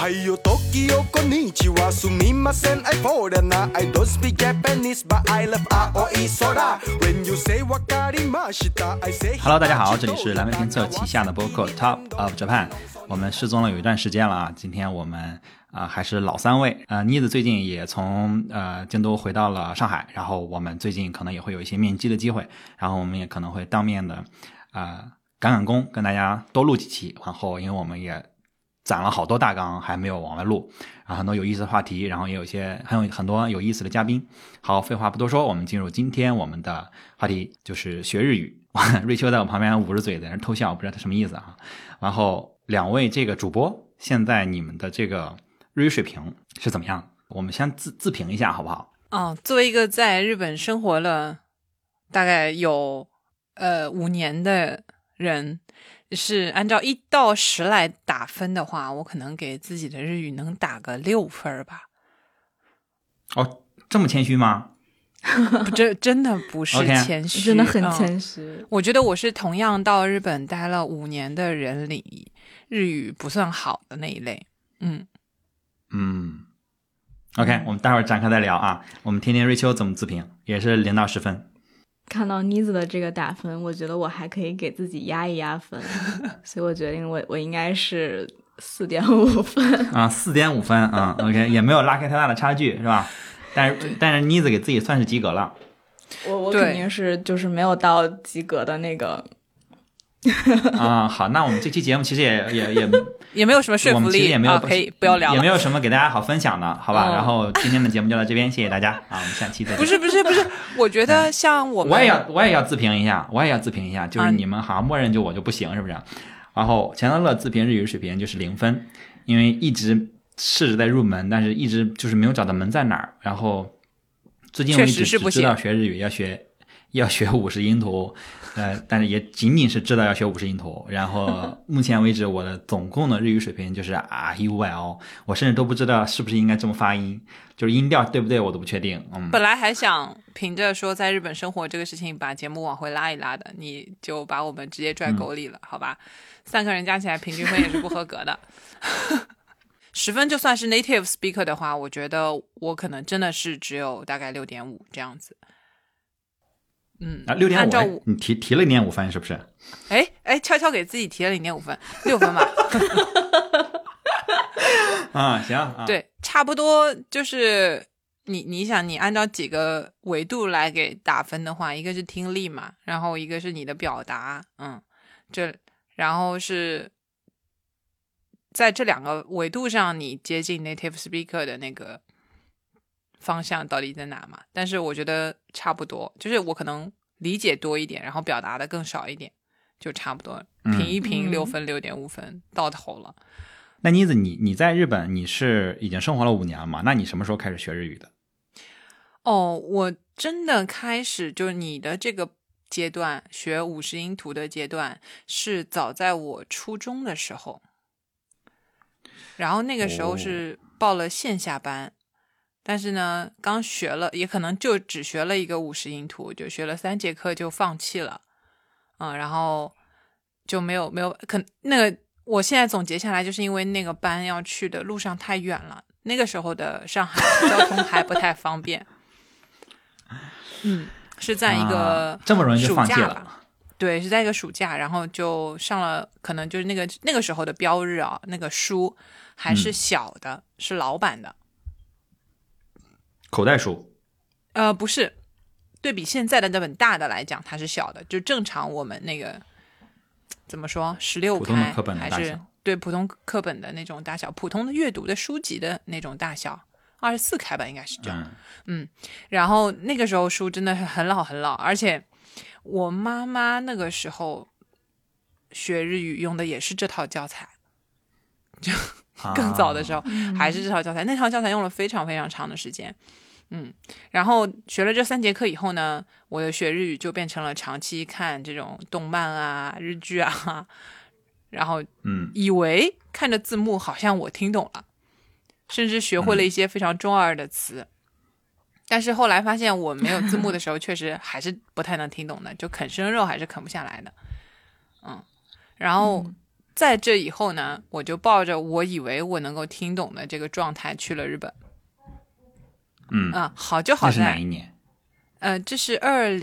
Hayo Tokyo konnichiwa sumimasen I foreigner I don't speak Japanese but I love Aoi Sora When you say wakarimashita I say Hello 大家好，这里是蓝莓评测旗下的播客 Top of Japan。 我们失踪了有一段时间了啊，今天我们还是老三位。妮子最近也从京都回到了上海，然后我们最近可能也会有一些面基的机会，然后我们也可能会当面的赶工，跟大家多录几期。然后因为我们也攒了好多大纲还没有往外录，然后很多有意思的话题，然后也有很多有意思的嘉宾。好，废话不多说，我们进入今天我们的话题，就是学日语。瑞秋在我旁边捂着嘴在那偷笑，不知道他什么意思啊。然后两位这个主播，现在你们的这个日语水平是怎么样？我们先自评一下好不好？ 作为一个在日本生活了大概有5年的人，是按照1到10来打分的话，我可能给自己的日语能打个6分吧。 哦，这么谦虚吗？ 这真的不是谦虚， 真的很谦虚。 我觉得我是同样到日本待了5年的人里，日语不算好的那一类。 OK， 我们待会儿展开再聊啊。我们听听瑞秋怎么自评，也是0到10分。 看到妮子的这个打分，我觉得我还可以给自己压一压分，所以我决定我应该是4.5分啊，4.5分啊，OK， 也没有拉开太大的差距，是吧？但是妮子给自己算是及格了。 我肯定是就是没有到及格的那个。 好，那我们这期节目其实也没有什么说服力， 我们其实也没有可以不要聊了， 也没有什么给大家好分享的，好吧？然后今天的节目就到这边，谢谢大家啊，我们下期再见。 不是，我觉得像我们， 我也要自评一下，就是你们好像默认我就不行，是不是？然后钱德勒自评日语水平就是0分，因为一直试着在入门，但是一直就是没有找到门在哪儿。然后最近为止只知道学日语要学50音图，但是也仅仅是知道要学50音图。然后目前为止我的总共的日语水平就是IUL，我甚至都不知道是不是应该这么发音，就是音调对不对我都不确定。 本来还想凭着说在日本生活这个事情把节目往回拉一拉的，你就把我们直接拽沟里了，好吧？3个人加起来平均分也是不合格的。10分就算是 native speaker 的话，我觉得我可能真的是只有大概 6.5 这样子。 6.5，你提了0.5分是不是？ 悄悄给自己提了0.5分，6分吧。 行对，差不多就是你想，你按照几个维度来给打分的话，一个是听力嘛，然后一个是你的表达，然后是在这2个维度上你接近 native speaker 的那个方向到底在哪嘛？但是我觉得差不多，就是我可能理解多一点，然后表达的更少一点，就差不多平一平6分6.5分到头了。 那妮子你在日本你是已经生活了5年了嘛？那你什么时候开始学日语的？ 我真的开始就是你的这个阶段学50音图的阶段是早在我初中的时候，然后那个时候是报了线下班，但是呢刚学了也可能就只学了一个50音图，就学了3节课就放弃了，然后就没有那个我现在总结下来，就是因为那个班要去的路上太远了，那个时候的上海交通还不太方便。是在一个这么容易就放弃了？ 对，是在一个暑假，然后就上了，可能就是那个时候的标日啊，那个书还是小的，是老版的口袋书。 不是，对比现在的那本大的来讲，它是小的，就正常我们那个怎么说16开还是对普通课本的那种大小，普通的阅读的书籍的那种大小，24开吧，应该是这样。然后那个时候书真的是很老很老，而且我妈妈那个时候学日语用的也是这套教材，就更早的时候还是这套教材，那套教材用了非常非常长的时间。然后学了这3节课以后呢，我的学日语就变成了长期看这种动漫啊、日剧啊，然后以为看着字幕好像我听懂了，甚至学会了一些非常中二的词。但是后来发现我没有字幕的时候确实还是不太能听懂的，就啃生肉还是啃不下来的。然后在这以后呢，我就抱着我以为我能够听懂的这个状态去了日本。好就好在。 那是哪一年？ 这是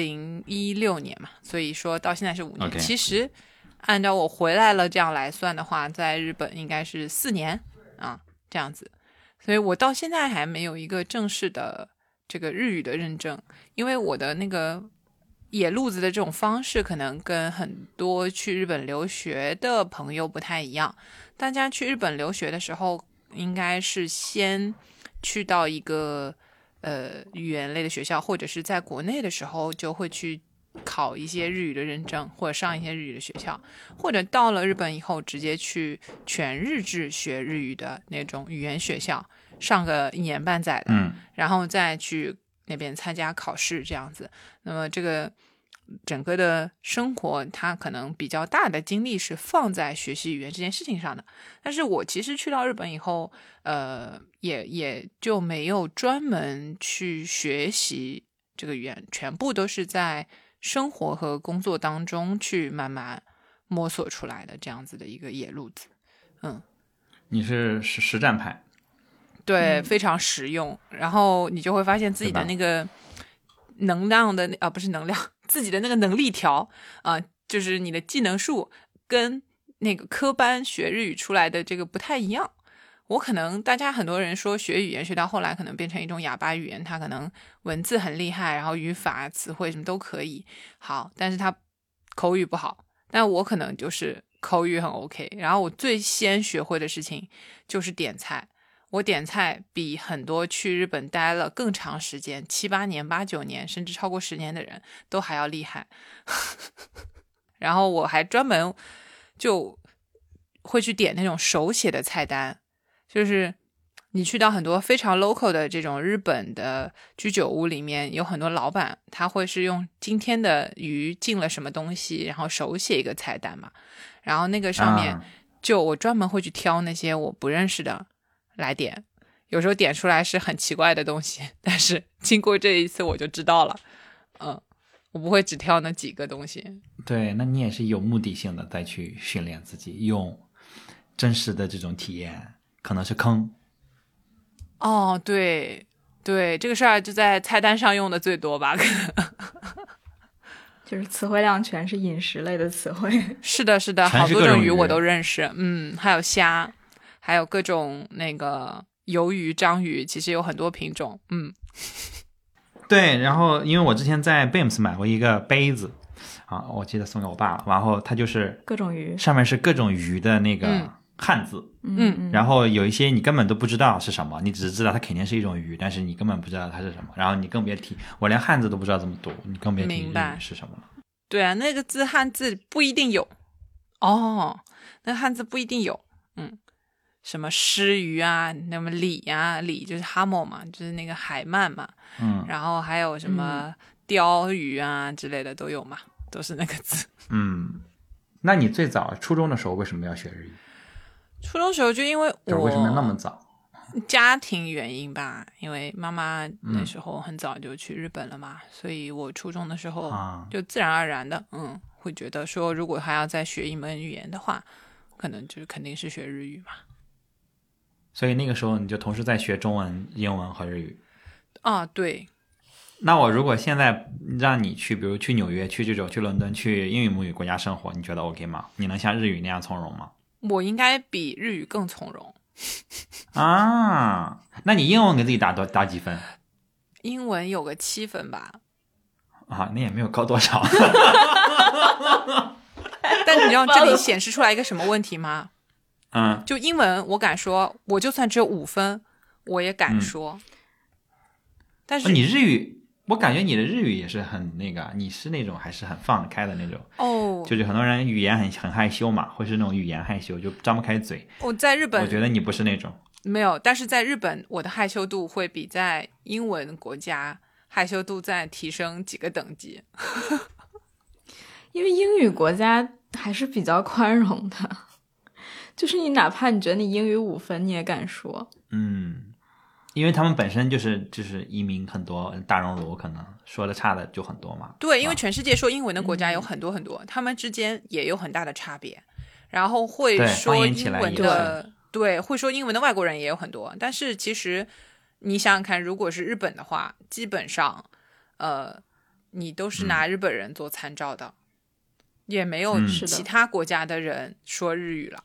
2016年嘛，所以说到现在是5年。 Okay. 其实按照我回来了这样来算的话，在日本应该是4年啊这样子。所以我到现在还没有一个正式的这个日语的认证，因为我的那个野路子的这种方式可能跟很多去日本留学的朋友不太一样。大家去日本留学的时候应该是先去到一个语言类的学校，或者是在国内的时候就会去考一些日语的认证，或者上一些日语的学校，或者到了日本以后直接去全日制学日语的那种语言学校上个1年半载的，然后再去那边参加考试这样子。那么这个整个的生活它可能比较大的精力是放在学习语言这件事情上的。但是我其实去到日本以后也就没有专门去学习这个语言，全部都是在生活和工作当中去慢慢摸索出来的这样子的一个野路子。 你是实战派。 对，非常实用。然后你就会发现自己的那个能量的不是能量，自己的那个能力条就是你的技能树跟那个科班学日语出来的这个不太一样。我可能大家很多人说学语言学到后来可能变成一种哑巴语言，它可能文字很厉害，然后语法词汇什么都可以好，但是它口语不好。但我可能就是口语很 OK， 然后我最先学会的事情就是点菜。我点菜比很多去日本待了更长时间7、8年、8、9年甚至超过10年的人都还要厉害然后我还专门就会去点那种手写的菜单，就是你去到很多非常 local 的这种日本的居酒屋里面，有很多老板他会是用今天的鱼进了什么东西，然后手写一个菜单嘛，然后那个上面就我专门会去挑那些我不认识的来点，有时候点出来是很奇怪的东西，但是经过这一次我就知道了。我不会只挑那几个东西。 对，那你也是有目的性的再去训练自己，用真实的这种体验，可能是坑。 对对，这个事儿就在菜单上用的最多吧，可能就是词汇量全是饮食类的词汇。 是的是的，好多种鱼我都认识。还有虾，还有各种那个鱿鱼、章鱼，其实有很多品种。 对，然后因为我之前在 Beams 买过一个杯子我记得送给我爸了，然后它就是各种鱼， 上面是各种鱼的那个汉字。然后有一些你根本都不知道是什么，你只是知道它肯定是一种鱼，但是你根本不知道它是什么，然后你更别提，我连汉字都不知道怎么读，你更别提日语是什么了。 对啊，那个字汉字不一定有那汉字不一定有。什么狮鱼啊，那么鲤啊，鲤就是哈莫嘛，就是那个海鳗嘛。然后还有什么鲷鱼啊之类的都有嘛，都是那个字。 那你最早初中的时候为什么要学日语？ 初中时候就因为我为什么那么早？ 家庭原因吧，因为妈妈那时候很早就去日本了嘛，所以我初中的时候就自然而然的会觉得说，如果还要再学一门语言的话，可能就是肯定是学日语嘛。 所以那个时候你就同时在学中文、英文和日语。 对。 那我如果现在让你去，比如去纽约、去伦敦、去英语母语国家生活，你觉得 OK 吗？你能像日语那样从容吗？ 我应该比日语更从容。 那你英文给自己打几分？ 英文有个7分吧。 那也没有高多少。 但你知道这里显示出来一个什么问题吗？就英文我敢说，我就算只有5分我也敢说。但是你日语，我感觉你的日语也是很那个，你是那种还是很放得开的那种。就是很多人语言很害羞嘛，会是那种语言害羞，就张不开嘴。 在日本我觉得你不是那种。 没有，但是在日本我的害羞度会比在英文国家害羞度再提升几个等级。 因为英语国家还是比较宽容的，就是你哪怕你觉得你英语5分你也敢说。 因为他们本身就是移民很多，大熔炉可能说的差的就很多嘛。 对，因为全世界说英文的国家有很多很多，他们之间也有很大的差别。 然后会说英文的， 对， 会说英文的外国人也有很多。但是其实你想想看，如果是日本的话，基本上你都是拿日本人做参照的，也没有其他国家的人说日语了。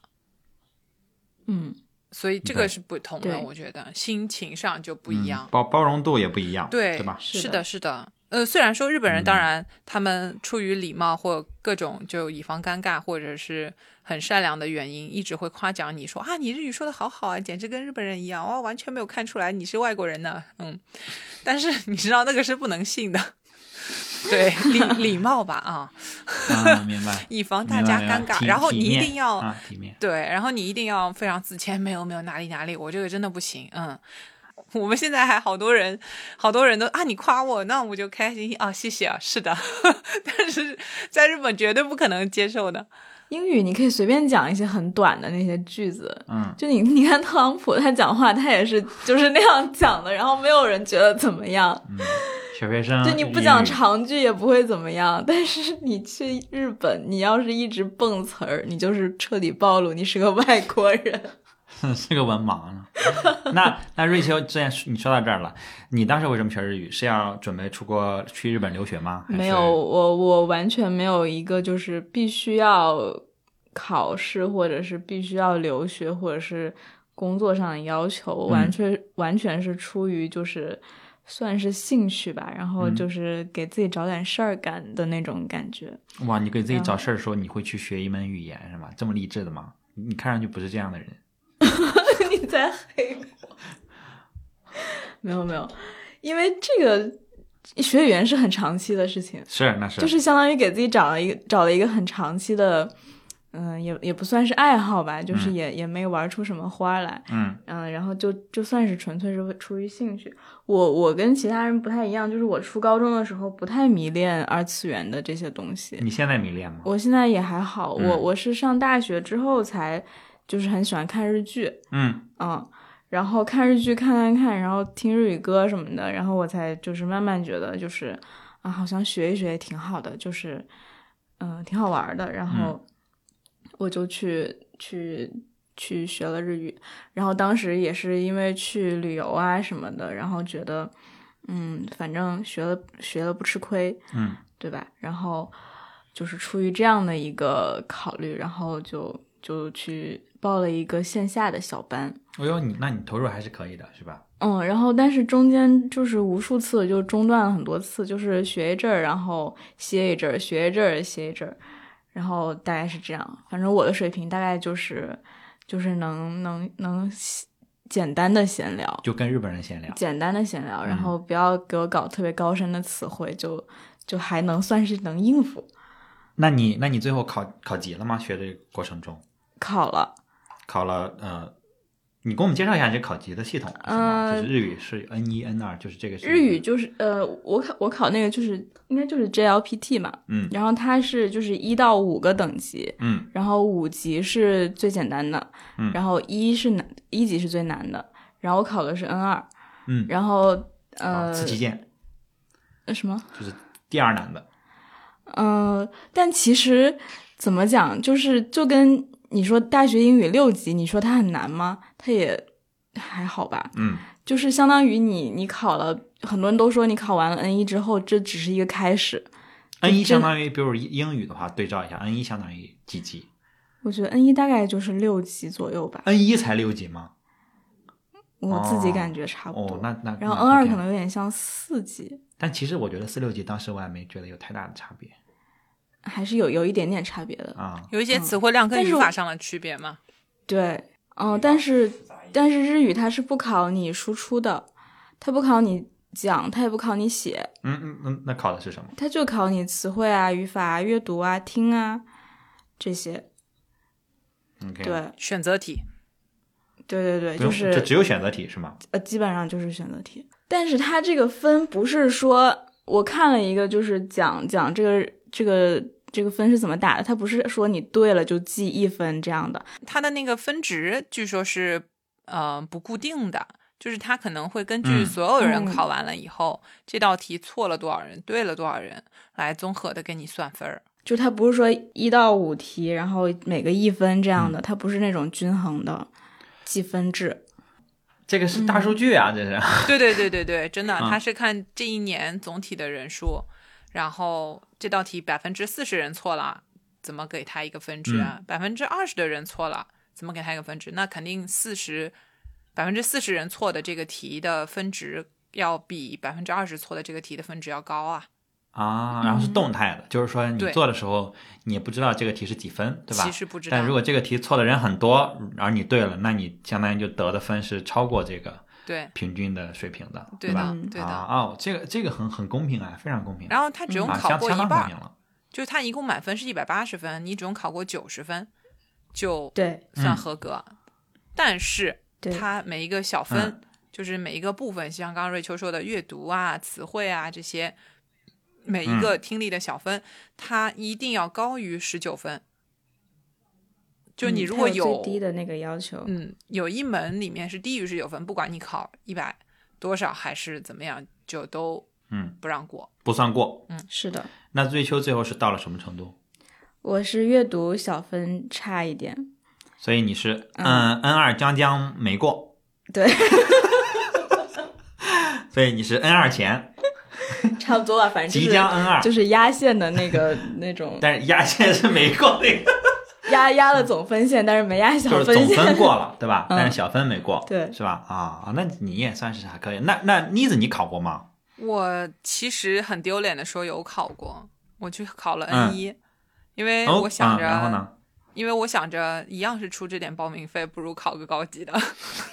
所以这个是不同的，我觉得心情上就不一样， 包容度也不一样，对吧？ 是的，是的。虽然说日本人当然他们出于礼貌或各种就以防尴尬或者是很善良的原因，一直会夸奖你说啊，你日语说的好好啊，简直跟日本人一样，完全没有看出来你是外国人呢。但是你知道那个是不能信的。对，礼貌吧啊， 明白， 以防大家尴尬。然后你一定要体面， 对，然后你一定要非常自谦，没有哪里，我这个真的不行。我们现在还好多人都啊，你夸我，那我就开心啊，谢谢啊，是的。但是在日本绝对不可能接受的。 英语你可以随便讲一些很短的那些句子，就你看特朗普他讲话，他也是就是那样讲的，然后没有人觉得怎么样。 小学生就你不讲长句也不会怎么样，但是你去日本，你要是一直蹦词儿，你就是彻底暴露你是个外国人。 是个文盲呢。那瑞秋，之前你说到这儿了，你当时为什么学日语？是要准备出国去日本留学吗？ 没有，我完全没有一个就是必须要考试或者是必须要留学或者是工作上的要求，完全是出于就是算是兴趣吧，然后就是给自己找点事儿干的那种感觉。 哇，你给自己找事儿说你会去学一门语言是吗？这么励志的吗？你看上去不是这样的人。 你在黑我？没有，因为这个学语言是很长期的事情， 那是就是相当于给自己找了一个很长期的，也不算是爱好吧，就是也没玩出什么花来，然后就算是纯粹是出于兴趣。我跟其他人不太一样，就是我初高中的时候不太迷恋二次元的这些东西。 你现在迷恋吗？ 我现在也还好，我是上大学之后才就是很喜欢看日剧，然后看日剧看，然后听日语歌什么的，然后我才就是慢慢觉得就是好像学一学也挺好的，就是挺好玩的，然后我就去学了日语，然后当时也是因为去旅游啊什么的，然后觉得反正学了不吃亏，对吧？然后就是出于这样的一个考虑，然后就去报了一个线下的小班。 那你投入还是可以的是吧？ 然后但是中间就是无数次就中断了很多次，就是学一阵儿，然后歇一阵儿，学一阵儿，歇一阵儿，然后大概是这样。反正我的水平大概就是能简单的闲聊， 就跟日本人闲聊， 简单的闲聊，然后不要给我搞特别高深的词汇，就还能算是能应付。 那你最后考级了吗？学的过程中考了， 你给我们介绍一下这考级的系统是吗？就是日语是 N1 N2，就是这个是日语就是我考那个就是应该就是 JLPT 嘛，然后它是就是1到5个等级，然后5级是最简单的，然后1级是最难的，然后我考的是 N2，然后自击剑什么就是第二难的， 但其实怎么讲，就跟你说大学英语6级，你说它很难吗？它也还好吧。就是相当于你考了，很多人都说你考完了 N1 之后，这只是一个开始。 N1 相当于，比如英语的话，对照一下 ，N1 相当于几级？ 我觉得 N1 大概就是6级左右吧。 N1 才6级吗？ 我自己感觉差不多。 那然后 N2 可能有点像4级。 但其实我觉得4、6级当时我也没觉得有太大的差别。 还是有一点点差别的有一些词汇量跟语法上的区别嘛。 对，但是日语它是不考你输出的，它不考你讲，它也不考你写。 那考的是什么？ 它就考你词汇啊、语法啊、阅读啊、听啊这些。对， 选择题。 对，就是就只有选择题是吗？ 基本上就是选择题。但是它这个分不是说我看了一个就是讲这个分是怎么打的，它不是说你对了就记1分这样的， 它的那个分值据说是不固定的，就是它可能会根据所有人考完了以后，这道题错了多少人，对了多少人，来综合的给你算分。 就它不是说1到5题，然后每个1分这样的，它不是那种均衡的计分制。 这个是大数据啊，这是。 对，真的，它是看这一年总体的人数，然后这道题40%人错了，怎么给他一个分值啊？20%的人错了，怎么给他一个分值？那肯定40%人错的这个题的分值要比20%错的这个题的分值要高啊。 然后是动态的，就是说你做的时候你也不知道这个题是几分，对吧？ 其实不知道。 但如果这个题错的人很多，而你对了，那你相当于就得的分是超过这个平均的水平的， 对吧？ 对的。 这个很公平啊，非常公平。 然后他只用考过一半， 了就是他一共满分是180分，你只用考过90分就算合格。但是他每一个小分，就是每一个部分，像刚刚瑞秋说的阅读啊、词汇啊这些。每一个听力的小分，它一定要高于19分。就你如果有最低的那个要求， 有一门里面是低于19分，不管你考100多少还是怎么样，就都不让过， 不算过。 是的。 那瑞秋最后是到了什么程度？ 我是阅读小分差一点， 所以你是N2将没过。 对。 所以你是 N2 前。 差不多吧，反正即将 N2， 就是压线的那种。 但是压线是没过那个。 压了总分线，但是没压小分线。 就是总分过了，对吧？但是小分没过， 对， 是吧？那你也算是还可以。那妮子你考过吗？ 我其实很丢脸的说有考过，我去考了 N1，因为我想着， 然后呢？ 因为我想着一样是出这点报名费，不如考个高级的。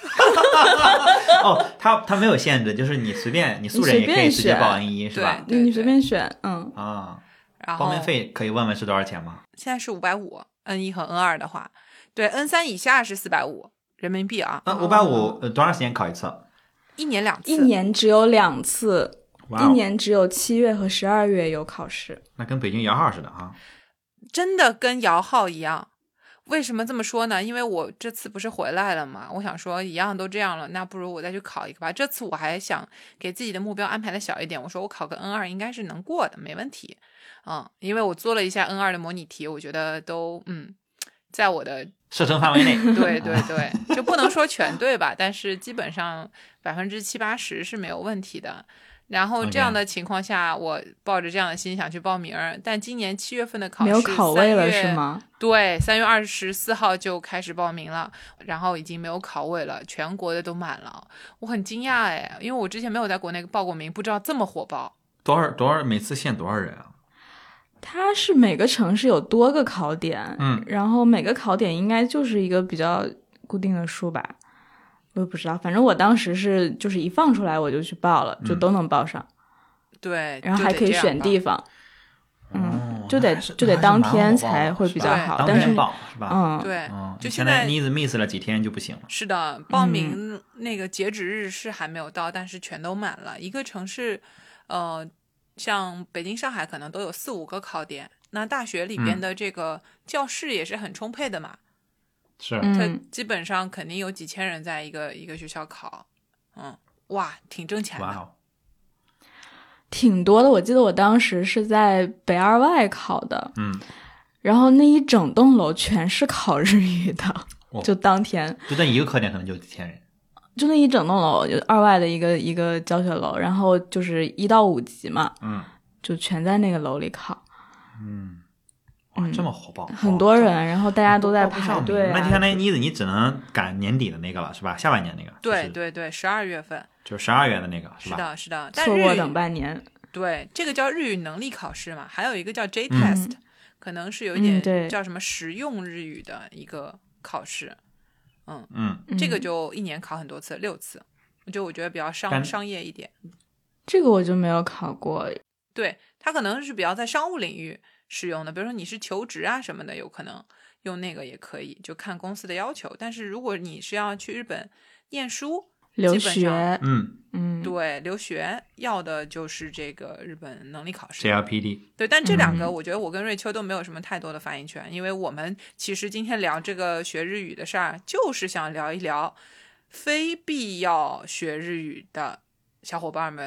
他没有限制，就是你随便，你素人也可以直接报 N1，是吧？ 你随便选， 然后报名费可以问问是多少钱吗？ 现在是550 ，N1 和 N2 的话，对 N3 以下是450人民币啊。 550多长时间考一次 ？1年2次。 1年只有2次，1年只有7月和12月有考试。 那跟北京摇号似的啊。 真的跟摇号一样。为什么这么说呢？因为我这次不是回来了嘛，我想说一样都这样了，那不如我再去考一个吧。这次我还想给自己的目标安排的小一点，我说我考个 N2 应该是能过的，没问题。因为我做了一下 N2 的模拟题，我觉得都在我的射程范围内。 对，就不能说全对吧，但是基本上70%-80%是没有问题的。然后这样的情况下，我抱着这样的心想去报名，但今年7月份的考试没有考位了是吗？ 对，3月24号就开始报名了，然后已经没有考位了，全国的都满了，我很惊讶哎，因为我之前没有在国内报过名，不知道这么火爆。 多少每次限多少人啊？ 它是每个城市有多个考点，然后每个考点应该就是一个比较固定的数吧。我也不知道，反正我当时是就是一放出来我就去报了，就都能报上。 对， 然后还可以选地方。就得当天才会比较好，但是报是吧？ 对，就现在妮子 miss 了几天就不行了。 是的，报名那个截止日是还没有到，但是全都满了。一个城市，像北京、上海可能都有4-5个考点，那大学里边的这个教室也是很充沛的嘛。 是， 他基本上肯定有几千人在一个学校考，哇，挺挣钱的。 哇， 挺多的。我记得我当时是在北二外考的，然后那一整栋楼全是考日语的，就当天就那一个课点可能就几千人， 就那一整栋楼，就二外的一个教学楼，然后就是1到5级嘛，就全在那个楼里考， 这么火爆， 很多人，然后大家都在排队。 那相当于妮子，你只能赶年底的那个了，是吧？下半年那个。 对，12月份。 就是12月的那个，是吧？ 是的。 错过等半年。 对，这个叫日语能力考试嘛，还有一个叫 J-Test，可能是有一点叫什么实用日语的一个考试。这个就1年考很多次，6次，我觉得比较商业一点。 这个我就没有考过。 对，它可能是比较在商务领域使用的，比如说你是求职啊什么的，有可能用那个也可以，就看公司的要求。但是如果你是要去日本念书、 留学， 对，留学要的就是这个日本能力考试 JLPT。 对，但这两个我觉得我跟瑞秋都没有什么太多的发言权，因为我们其实今天聊这个学日语的事儿，就是想聊一聊非必要学日语的小伙伴们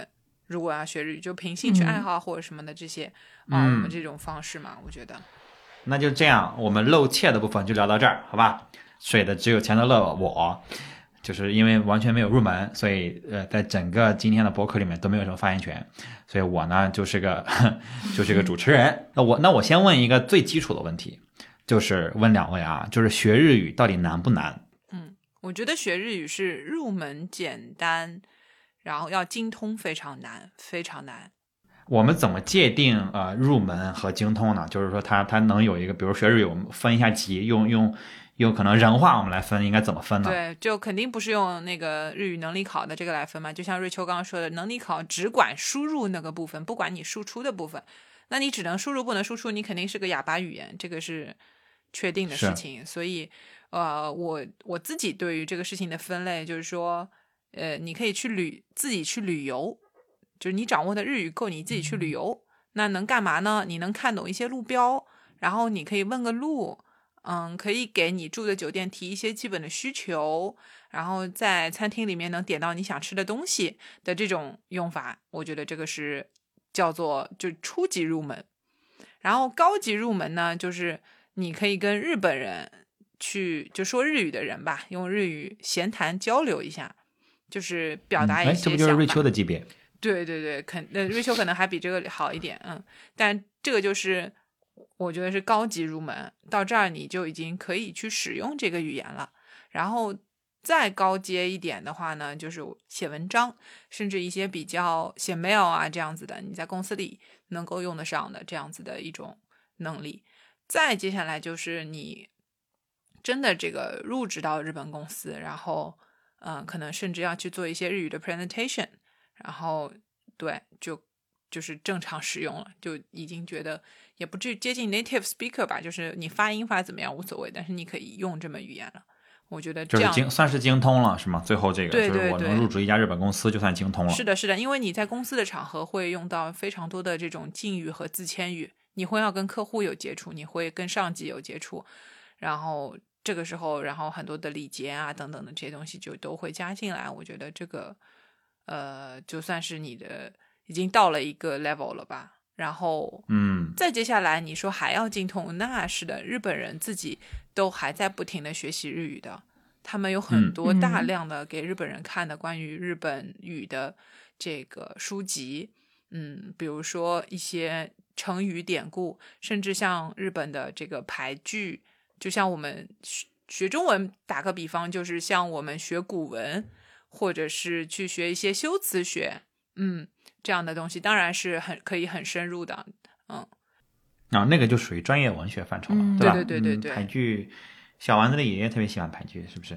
如果要学日语，就凭兴趣爱好或者什么的这些我们这种方式嘛，我觉得。 那就这样，我们露怯的部分就聊到这儿，好吧？水的只有钱德勒我，就是因为完全没有入门，所以在整个今天的播客里面都没有什么发言权，所以我呢就是个主持人。那我先问一个最基础的问题，就是问两位啊，就是学日语到底难不难？ 我觉得学日语是入门简单，然后要精通非常难，非常难。 我们怎么界定入门和精通呢？就是说它能有一个，比如学日语我们分一下级，用可能人话我们来分，应该怎么分呢？ 对，就肯定不是用那个日语能力考的这个来分嘛。就像瑞秋刚刚说的，能力考只管输入那个部分，不管你输出的部分。那你只能输入不能输出，你肯定是个哑巴语言，这个是确定的事情。所以我自己对于这个事情的分类就是说，你可以自己去旅游，就是你掌握的日语够你自己去旅游，那能干嘛呢？你能看懂一些路标，然后你可以问个路，可以给你住的酒店提一些基本的需求，然后在餐厅里面能点到你想吃的东西的这种用法，我觉得这个是叫做就初级入门。然后高级入门呢，就是你可以跟日本人就说日语的人吧，用日语闲谈交流一下，就是表达一些想法。 这不就是瑞秋的级别？ 对，瑞秋可能还比这个好一点，但这个就是我觉得是高级入门，到这儿你就已经可以去使用这个语言了。然后再高阶一点的话呢，就是写文章，甚至一些比较写 mail 啊这样子的，你在公司里能够用得上的这样子的一种能力。再接下来就是你真的这个入职到日本公司，然后可能甚至要去做一些日语的 presentation， 然后对就是正常使用了，就已经觉得也不至于接近 native speaker 吧，就是你发音发怎么样无所谓，但是你可以用这门语言了。我觉得这样就是算是精通了，是吗？最后这个对就是我能入职一家日本公司就算精通了。 是的，因为你在公司的场合会用到非常多的这种敬语和自谦语，你会要跟客户有接触，你会跟上级有接触，然后这个时候然后很多的礼节啊等等的这些东西就都会加进来。我觉得这个就算是你的已经到了一个 level 了吧。然后再接下来你说还要精通，那是的，日本人自己都还在不停的学习日语的，他们有很多大量的给日本人看的关于日本语的这个书籍，比如说一些成语典故，甚至像日本的这个俳句，就像我们学中文打个比方，就是像我们学古文或者是去学一些修辞学，这样的东西当然是可以很深入的， 那个就属于专业文学范畴了，对吧？ 对， 俳句，小丸子的爷爷特别喜欢俳句，是不是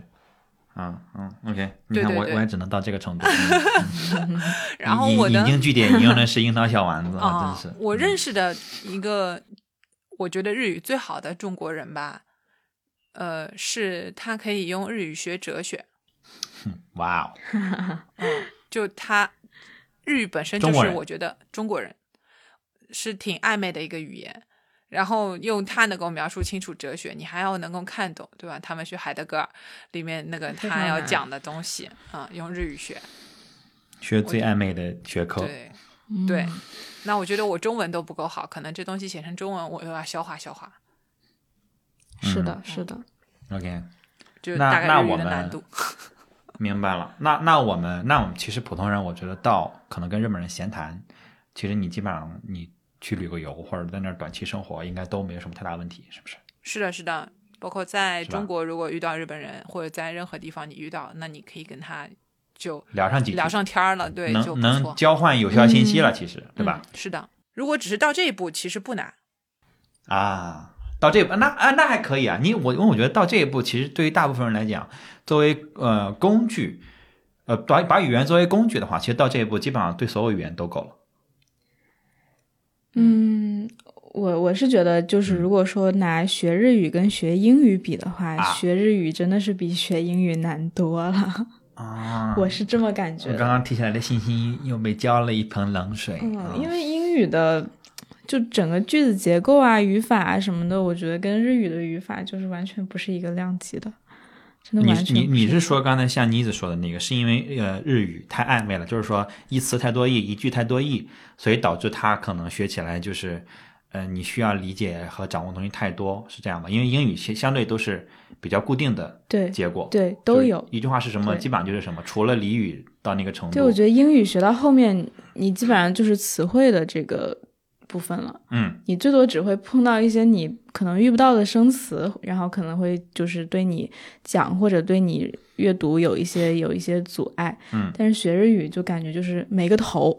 ？OK， 你看我也只能到这个程度。 然后我的引经据典引用的是樱桃小丸子真是。 我认识的一个，我觉得日语最好的中国人吧，是他可以用日语学哲学。 哇哦！ 就他日语本身就是我觉得中国人是挺暧昧的一个语言，然后用它能够描述清楚哲学，你还要能够看懂，对吧？他们学海德格尔里面那个他要讲的东西用日语学最暧昧的学科。 对，那我觉得我中文都不够好，可能这东西写成中文我又要消化消化。 是的 OK， 就大概日语的难度。 明白了。那我们其实普通人，我觉得可能跟日本人闲谈，其实你基本上你去旅个游或者在那儿短期生活，应该都没有什么太大问题，是不是？ 是的，包括在中国如果遇到日本人，或者在任何地方你遇到，那你可以跟他就聊上几句， 聊上天了，对，就不错， 能交换有效信息了，其实对吧？ 是的，如果只是到这一步，其实不难啊。到这一步那还可以啊。我觉得到这一步，其实对于大部分人来讲，作为工具，把语言作为工具的话，其实到这一步基本上对所有语言都够了。 我是觉得，就是如果说拿学日语跟学英语比的话，学日语真的是比学英语难多了啊！我是这么感觉的。 我刚刚提起来的信心又被浇了一盆冷水。 因为英语的就整个句子结构啊、语法啊什么的，我觉得跟日语的语法就是完全不是一个量级的。 真的完全你是说刚才像妮子说的那个，是因为日语太暧昧了，就是说一词太多义，一句太多义，所以导致它可能学起来就是你需要理解和掌握的东西太多，是这样吗？因为英语相对都是比较固定的结果， 对都有一句话是什么，基本上就是什么，除了俚语到那个程度。 对，我觉得英语学到后面，你基本上就是词汇的这个部分了。你最多只会碰到一些你可能遇不到的生词，然后可能会就是对你讲或者对你阅读有一些阻碍。但是学日语就感觉就是没个头。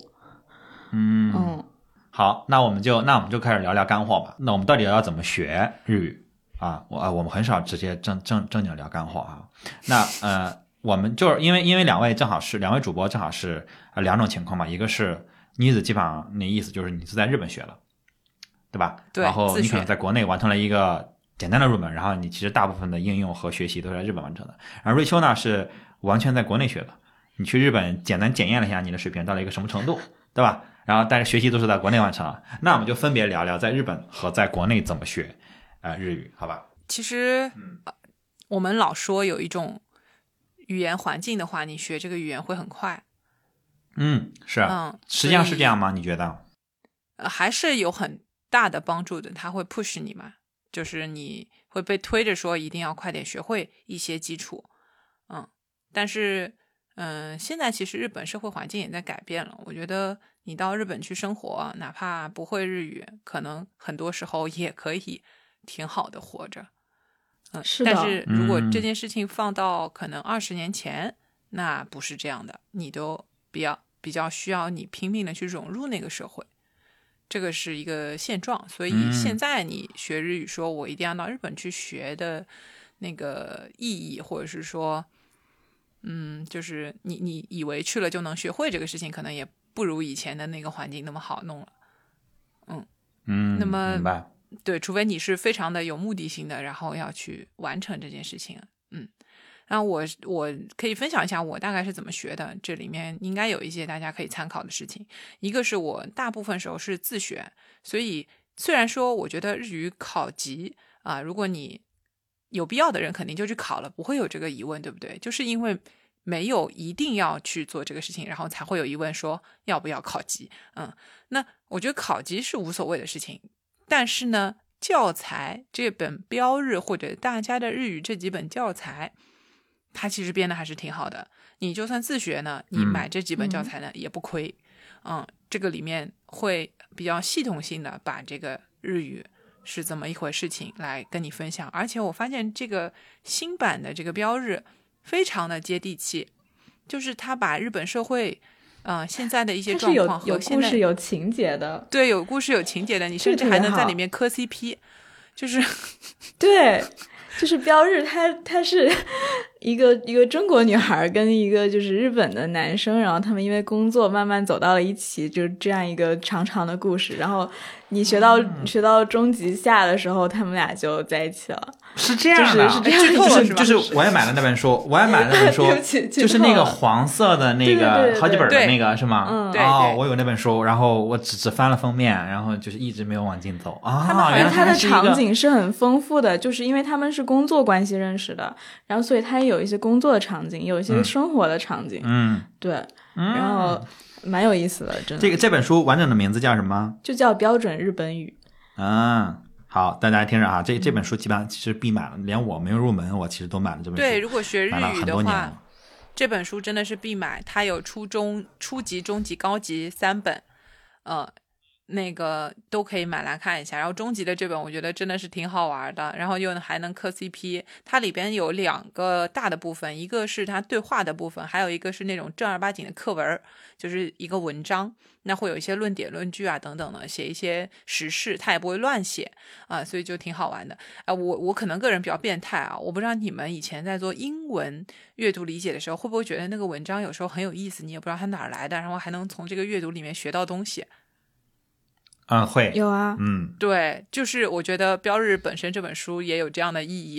好，那我们就开始聊聊干货吧。那我们到底要怎么学日语啊？我们很少直接正经聊干货啊。那我们就是因为两位主播正好是两种情况嘛，一个是妮子基本上那意思就是你是在日本学了，对吧？ 对， 然后你可能在国内完成了一个简单的入门，然后你其实大部分的应用和学习都是在日本完成的。然后瑞秋呢是完全在国内学的，你去日本简单检验了一下你的水平到了一个什么程度，对吧？然后但是学习都是在国内完成了。那我们就分别聊聊在日本和在国内怎么学日语，好吧？ 其实我们老说有一种语言环境的话，你学这个语言会很快。 是，实际上是这样吗？你觉得？ 还是有很大的帮助的，它会 push 你嘛，就是你会被推着说一定要快点学会一些基础。但是现在其实日本社会环境也在改变了，我觉得你到日本去生活，哪怕不会日语，可能很多时候也可以挺好的活着。 是的。 但是如果这件事情放到可能20年前，那不是这样的，你都比较需要你拼命的去融入那个社会，这个是一个现状。所以现在你学日语说我一定要到日本去学的那个意义，或者是说就是你以为去了就能学会这个事情，可能也不如以前的那个环境那么好弄了。那么明白。 对，除非你是非常的有目的性的，然后要去完成这件事情。然后我可以分享一下我大概是怎么学的，这里面应该有一些大家可以参考的事情。一个是我大部分时候是自学，所以虽然说我觉得日语考级如果你有必要的人肯定就去考了，不会有这个疑问，对不对？就是因为没有一定要去做这个事情，然后才会有疑问说要不要考级。那我觉得考级是无所谓的事情，但是呢，教材这本标日或者大家的日语这几本教材，它其实编的还是挺好的。你就算自学呢，你买这几本教材呢也不亏。这个里面会比较系统性的把这个日语是怎么一回事情来跟你分享。而且我发现这个新版的这个标日非常的接地气，就是他把日本社会现在的一些状况和现在有故事有情节的。 对，有故事有情节的，你甚至还能在里面磕 CP， 就是对，就是标日它是一个中国女孩跟一个就是日本的男生，然后他们因为工作慢慢走到了一起，就是这样一个长长的故事。然后你学到中级下的时候，他们俩就在一起了。 是这样的，就是我也买了那本书，就是那个黄色的那个好几本的那个是吗？ 对， 我有那本书，然后我只翻了封面，然后就是一直没有往进走原来它的场景是很丰富的，就是因为他们是工作关系认识的，然后所以它也有一些工作的场景，有一些生活的场景。对，然后蛮有意思的，真的。 这本书完整的名字叫什么？ 就叫标准日本语。 好，大家听着这本书基本上其实必买了，连我没有入门，我其实都买了这本书。 对，如果学日语的话，这本书真的是必买。它有初级、中级、高级3本，那个都可以买来看一下。然后中级的这本我觉得真的是挺好玩的，然后又还能磕 CP。它里边有2个大的部分，一个是它对话的部分，还有一个是那种正儿八经的课文，就是一个文章，那会有一些论点论据等等的，写一些时事，它也不会乱写所以就挺好玩的。我可能个人比较变态我不知道你们以前在做英文阅读理解的时候会不会觉得那个文章有时候很有意思，你也不知道它哪儿来的，然后还能从这个阅读里面学到东西。 会有啊。 对，就是我觉得标日本身这本书也有这样的意义。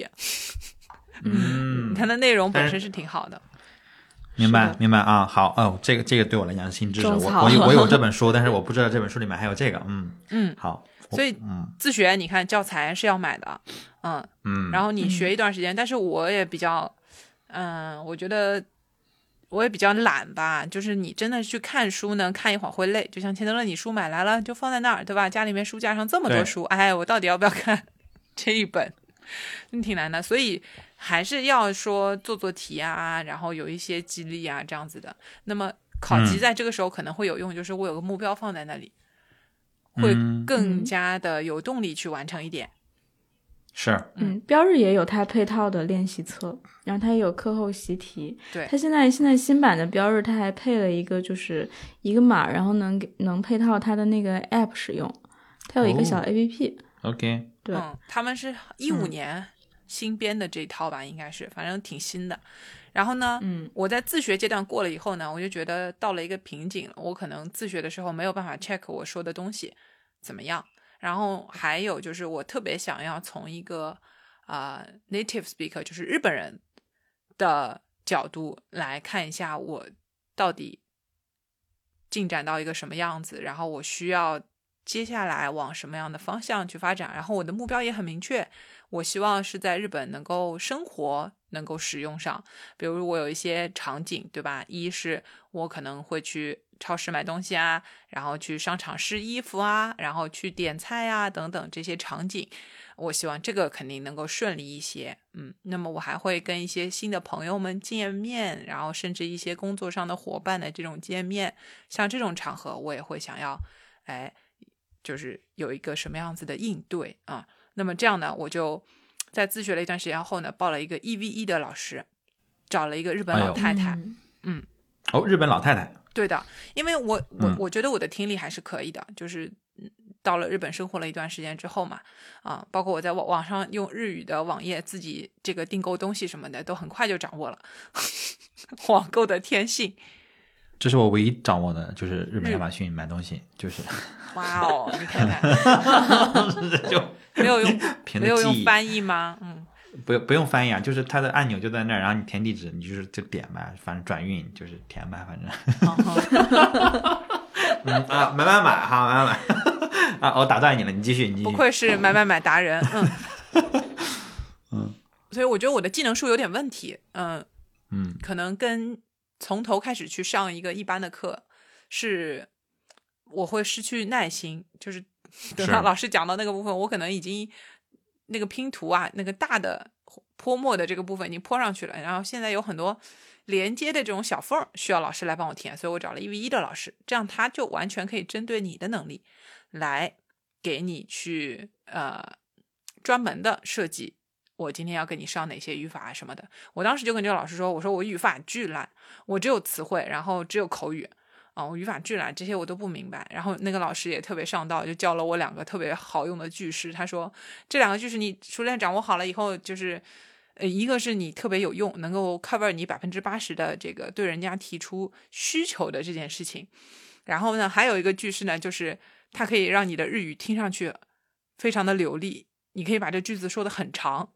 它的内容本身是挺好的。 明白好这个对我来讲是新知识。我有这本书，但是我不知道这本书里面还有这个。好。 所以自学你看教材是要买的。然后你学一段时间，但是我也比较我觉得我也比较懒吧，就是你真的去看书呢，看一会儿会累。就像钱德勒，你书买来了就放在那儿，对吧？家里面书架上这么多书，哎，我到底要不要看这一本？挺难的，所以还是要说做做题啊，然后有一些激励啊这样子的。那么考级在这个时候可能会有用，就是我有个目标放在那里，会更加的有动力去完成一点。 是， 标日也有它配套的练习册，然后它也有课后习题。 对， 它现在新版的标日，它还配了一个就是一个码，然后能配套它的那个 app 使用，它有一个小 app。OK， 对， 他们是15年新编的这一套吧，应该是，反正挺新的。然后呢，我在自学阶段过了以后呢，我就觉得到了一个瓶颈了，我可能自学的时候没有办法 check 我说的东西怎么样。然后还有就是我特别想要从一个native speaker 就是日本人的角度来看一下我到底进展到一个什么样子，然后我需要接下来往什么样的方向去发展。然后我的目标也很明确，我希望是在日本能够生活，能够使用上。比如我有一些场景，对吧？一是我可能会去超市买东西啊，然后去商场试衣服啊，然后去点菜啊等等这些场景，我希望这个肯定能够顺利一些。那么我还会跟一些新的朋友们见面，然后甚至一些工作上的伙伴的这种见面，像这种场合我也会想要就是有一个什么样子的应对啊。那么这样呢，我就在自学了一段时间后呢，报了一个 1v1 的老师，找了一个日本老太太。 日本老太太。 对的，因为我觉得我的听力还是可以的，就是到了日本生活了一段时间之后嘛，包括我在网上用日语的网页自己这个订购东西什么的，都很快就掌握了网购的天性。 这是我唯一掌握的，就是日本亚马逊买东西，就是哇哦，你看看， 就没有用翻译吗？ 不用翻译啊，就是它的按钮就在那儿，然后你填地址，你就点呗，反正转运就是填呗，反正。买哈，买我打断你了，你继续。 不愧是买达人，所以我觉得我的技能树有点问题，可能跟从头开始去上一个一般的课，是我会失去耐心，就是等到老师讲到那个部分，我可能已经那个拼图啊，那个大的泼墨的这个部分已经泼上去了，然后现在有很多连接的这种小缝需要老师来帮我填，所以我找了1v1的老师，这样他就完全可以针对你的能力来给你去专门的设计我今天要跟你上哪些语法什么的。我当时就跟这个老师说，我说我语法巨烂，我只有词汇，然后只有口语我语法巨烂，这些我都不明白。然后那个老师也特别上道，就教了我2个特别好用的句式。他说这2个句式你熟练掌握好了以后，就是一个是你特别有用，能够 cover 你80%的这个对人家提出需求的这件事情。然后呢，还有一个句式呢，就是它可以让你的日语听上去非常的流利，你可以把这句子说得很长。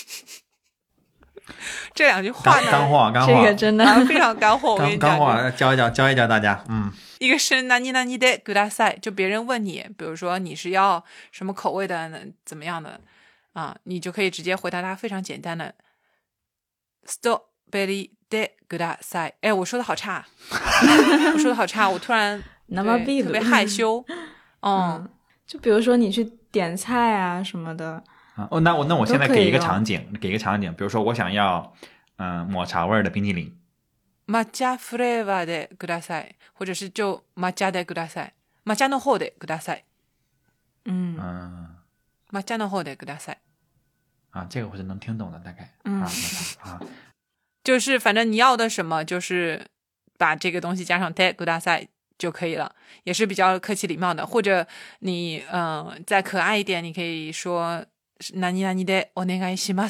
这2句话呢， 干货， 这个真的非常干货。我跟你讲， 干货教一教大家。 一个是何々でください，就别人问你，比如说你是要什么口味的，怎么样的你就可以直接回答他非常简单的ストベリでください。我说的好差，我突然特别害羞。 就比如说你去点菜啊什么的。 那我现在给一个场景，比如说我想要抹茶味的冰淇淋。 抹茶フレーバーでください，或者是就抹茶でください，抹茶の方でください。抹茶の方でください。 这个我是能听懂的，大概。 就是反正你要的什么，就是把这个东西加上でください就可以了，也是比较客气礼貌的。或者你再可爱一点，你可以说何々でお願いします。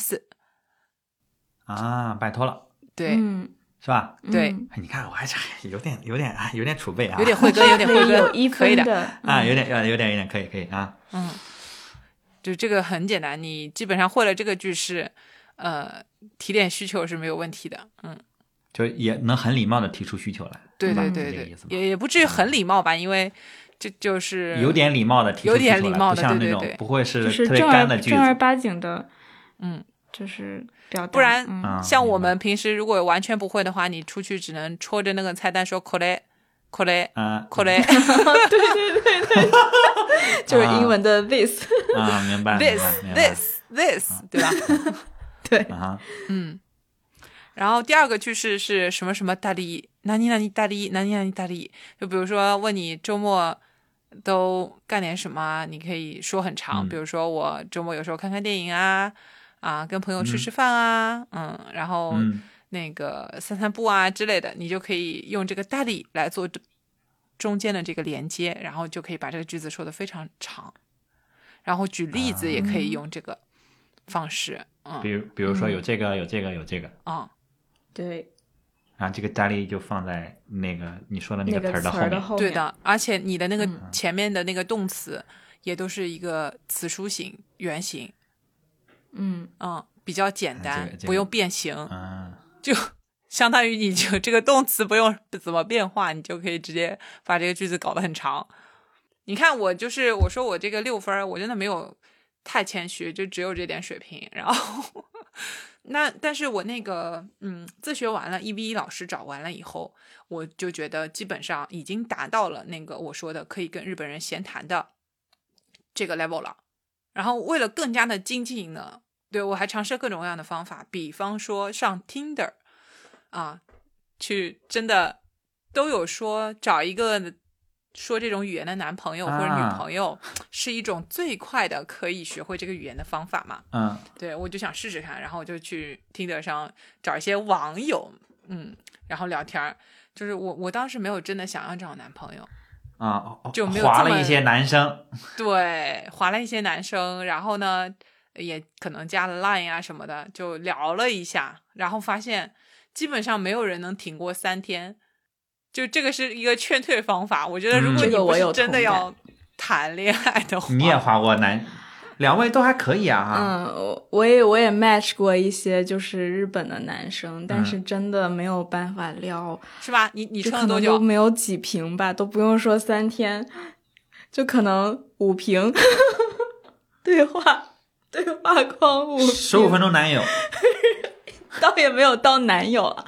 拜托了。 对。 是吧？ 对， 你看我还是有点储备啊， 有点慧根， 有1分的可以的有点可以啊。 就这个很简单，你基本上会了这个句式，提点需求是没有问题的。 就也能很礼貌的提出需求来。 对，也不至于很礼貌吧，因为这就是有点礼貌的提出需求来，不像那种不会是特别干的句子， 正儿八经的。 就是表达， 不然像我们平时如果完全不会的话，你出去只能戳着那个菜单说これこれこれ对，就是英文的 this 明白 this 对吧？ 对然后第二个句式是什么什么大力哪里哪里大力哪里哪里大力，就比如说问你周末都干点什么，你可以说很长，比如说我周末有时候看看电影啊，跟朋友吃吃饭啊，然后那个散散步啊之类的，你就可以用这个大力来做中间的这个连接，然后就可以把这个句子说得非常长。然后举例子也可以用这个方式， 比如说有这个， 对。 然后这个大力就放在那个你说的那个词儿的后面， 对的，而且你的那个前面的那个动词也都是一个词书形原形，比较简单，不用变形，就相当于你就这个动词不用怎么变化，你就可以直接把这个句子搞得很长。你看我说我这个6分，我真的没有太谦虚，就只有这点水平，然后但是我那个自学完了 1v1 老师找完了以后，我就觉得基本上已经达到了那个我说的可以跟日本人闲谈的这个 level 了。然后为了更加的精进呢，对，我还尝试各种各样的方法，比方说上 Tinder 去真的都有说找一个说这种语言的男朋友或者女朋友是一种最快的可以学会这个语言的方法嘛。对，我就想试试看，然后我就去 Tinder 上找一些网友，然后聊天。就是我当时没有真的想要找男朋友就没有划了一些男生， 对，划了一些男生，然后呢也可能加了 Line 啊什么的，就聊了一下，然后发现基本上没有人能挺过3天。就这个是一个劝退方法，我觉得如果你不是真的要谈恋爱的话， 你也划过男，两位都还可以啊。 我也 match 过一些就是日本的男生，但是真的没有办法聊， 是吧？你撑了多久？ 都没有几瓶吧，都不用说3天，就可能5瓶对话框5瓶 ，15分钟男友， 倒也没有到男友了，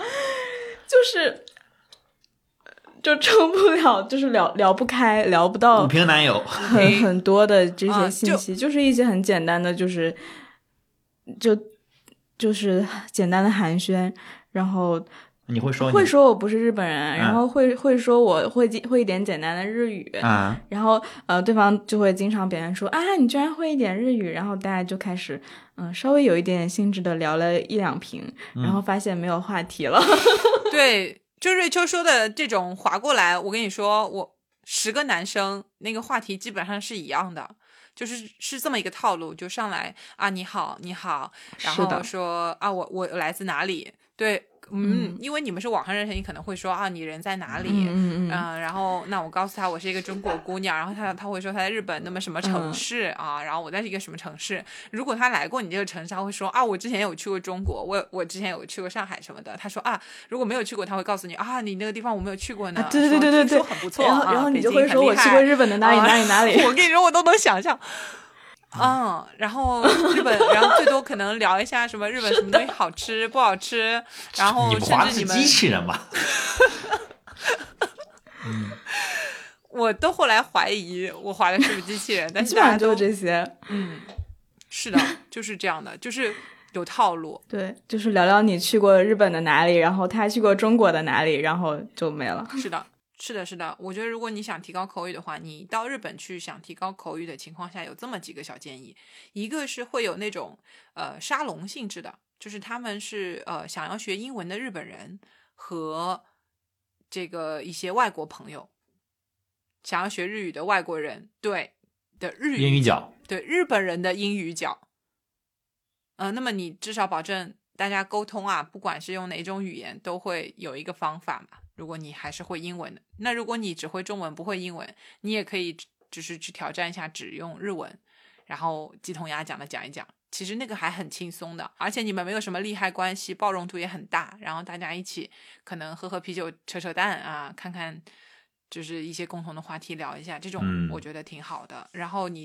就撑不了，就是聊不开，聊不到 5瓶男友很多的这些信息，就是一些很简单的，就是简单的寒暄，然后你会说我不是日本人，然后会说我会一点简单的日语然后对方就会经常表现出你居然会一点日语，然后大家就开始稍微有一点兴致的聊了1-2瓶，然后发现没有话题了。 对，就瑞秋说的这种划过来，我跟你说，我10个男生那个话题基本上是一样的，是这么一个套路，就上来你好，然后说我来自哪里，对。因为你们是网上认识，你可能会说你人在哪里，然后那我告诉他我是一个中国姑娘，然后他会说他在日本那么什么城市然后我在一个什么城市。如果他来过你这个城市，他会说我之前有去过中国，我之前有去过上海什么的。他说如果没有去过，他会告诉你你那个地方我没有去过呢。 对， 说很不错， 然后你就会说我去过日本的哪里。 我跟你说，我都能想象。然后日本，然后最多可能聊一下什么日本什么东西好吃不好吃，然后甚至你们机器人吧。 我都后来怀疑我划的是不是机器人，但是基本上就是这些。 是的，就是这样的，就是有套路。 对，就是聊聊你去过日本的哪里，然后他去过中国的哪里，然后就没了。 是的，我觉得如果你想提高口语的话，你到日本去想提高口语的情况下，有这么几个小建议。一个是会有那种沙龙性质的，就是他们是想要学英文的日本人和这个一些外国朋友，想要学日语的外国人，对的日语英语角， 对日本人的英语角。那么你至少保证大家沟通不管是用哪种语言都会有一个方法嘛。如果你还是会英文的，那如果你只会中文不会英文，你也可以就是去挑战一下只用日文，然后鸡同鸭讲的讲一讲，其实那个还很轻松的，而且你们没有什么利害关系，包容度也很大，然后大家一起可能喝啤酒扯淡看看就是一些共同的话题聊一下，这种我觉得挺好的。然后你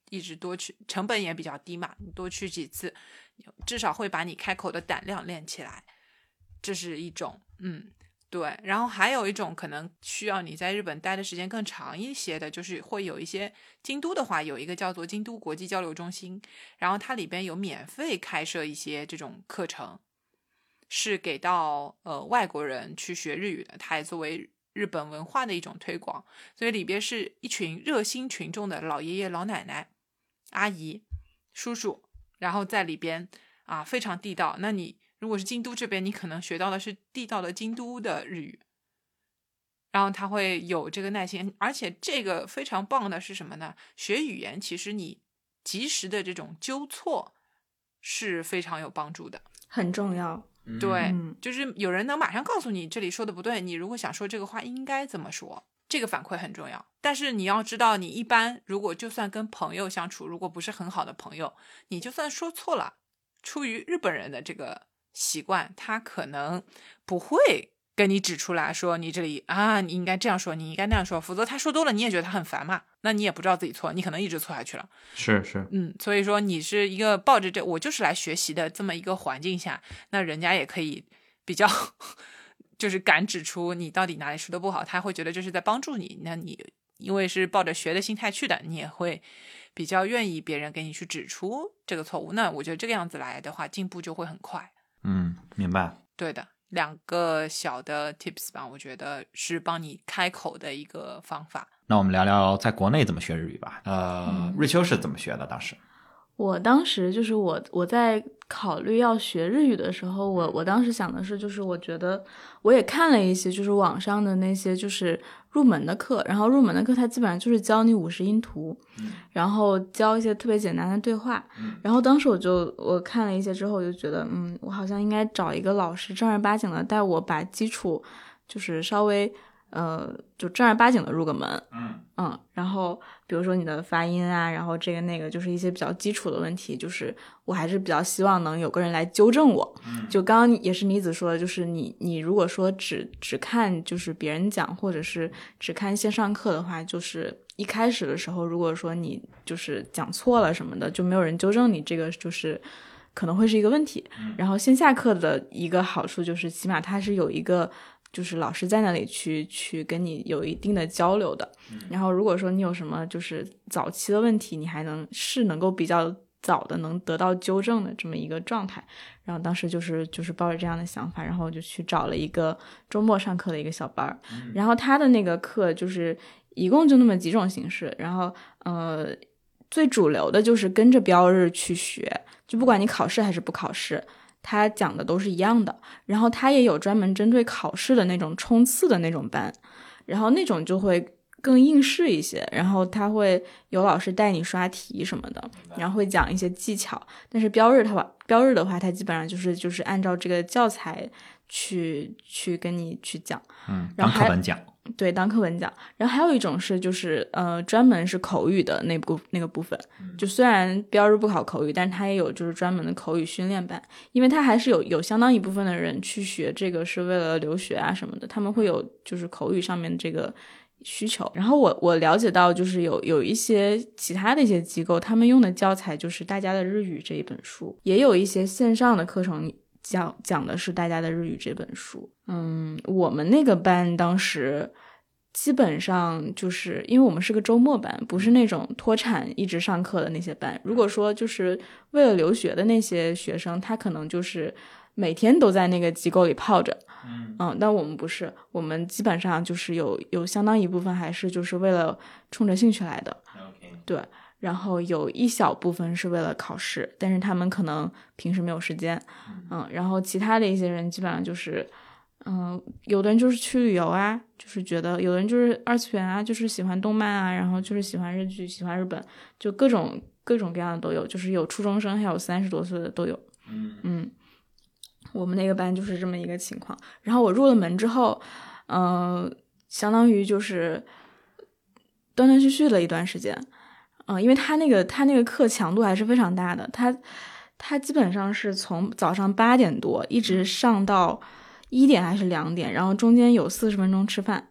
一直多去，成本也比较低嘛，你多去几次，至少会把你开口的胆量练起来，这是一种。对。然后还有一种可能需要你在日本待的时间更长一些的，就是会有一些，京都的话有一个叫做京都国际交流中心，然后它里边有免费开设一些这种课程，是给到外国人去学日语的，它也作为日本文化的一种推广，所以里边是一群热心群众的老爷爷老奶奶阿姨叔叔，然后在里边非常地道。那你如果是京都这边，你可能学到的是地道的京都的日语，然后他会有这个耐心。而且这个非常棒的是什么呢？学语言其实你及时的这种纠错是非常有帮助的， 很重要。 对，就是有人能马上告诉你这里说的不对，你如果想说这个话应该怎么说，这个反馈很重要。但是你要知道，你一般如果就算跟朋友相处，如果不是很好的朋友，你就算说错了，出于日本人的这个习惯，他可能不会跟你指出来说你这里你应该这样说，你应该那样说，否则他说多了你也觉得他很烦嘛，那你也不知道自己错，你可能一直错下去了。 是所以说你是一个抱着我就是来学习的这么一个环境下，那人家也可以比较就是敢指出你到底哪里说的不好，他会觉得这是在帮助你，那你因为是抱着学的心态去的，你也会比较愿意别人给你去指出这个错误，那我觉得这个样子来的话进步就会很快。 明白。 对的，2个小的 tips 吧，我觉得是帮你开口的一个方法。 那我们聊聊在国内怎么学日语吧。瑞秋是怎么学的？ 当时就是我在考虑要学日语的时候，我当时想的是，就是我觉得我也看了一些就是网上的那些就是入门的课，然后入门的课它基本上就是教你50音图，然后教一些特别简单的对话，然后当时我看了一些之后，我就觉得我好像应该找一个老师正儿八经的带我把基础就是稍微就正儿八经的入个门，然后比如说你的发音啊，然后这个那个就是一些比较基础的问题，就是我还是比较希望能有个人来纠正我。就刚刚也是妮子说的，就是你如果说只看就是别人讲，或者是只看线上课的话，就是一开始的时候如果说你就是讲错了什么的，就没有人纠正你，这个就是可能会是一个问题。然后线下课的一个好处就是起码它是有一个就是老师在那里去跟你有一定的交流的，然后如果说你有什么就是早期的问题，你还能够比较早的能得到纠正的这么一个状态。然后当时就是抱着这样的想法，然后就去找了一个周末上课的一个小班，然后他的那个课就是一共就那么几种形式，然后最主流的就是跟着标日去学，就不管你考试还是不考试，他讲的都是一样的。然后他也有专门针对考试的那种冲刺的那种班，然后那种就会更应试一些，然后他会有老师带你刷题什么的，然后会讲一些技巧。但是标日的话他基本上就是按照这个教材去跟你去讲，然后当课本讲。 对，当课文讲。然后还有一种是就是专门是口语的那个部分，就虽然标日不考口语，但是它也有就是专门的口语训练班，因为它还是有相当一部分的人去学这个是为了留学啊什么的，他们会有就是口语上面这个需求。然后我了解到就是有一些其他的一些机构，他们用的教材就是大家的日语这一本书，也有一些线上的课程讲的是大家的日语这本书。我们那个班当时基本上就是因为我们是个周末班，不是那种脱产一直上课的那些班。如果说就是为了留学的那些学生，他可能就是每天都在那个机构里泡着，但我们不是，我们基本上就是有相当一部分还是就是为了冲着兴趣来的，对。然后有一小部分是为了考试，但是他们可能平时没有时间，然后其他的一些人基本上就是有的人就是去旅游啊，就是觉得有的人就是二次元啊，就是喜欢动漫啊，然后就是喜欢日剧，喜欢日本，就各种各样的都有，就是有初中生还有30多岁的都有。我们那个班就是这么一个情况。然后我入了门之后相当于就是断断续续了一段时间，因为他那个课强度还是非常大的，他基本上是从早上8点多一直上到1点还是2点，然后中间有40分钟吃饭，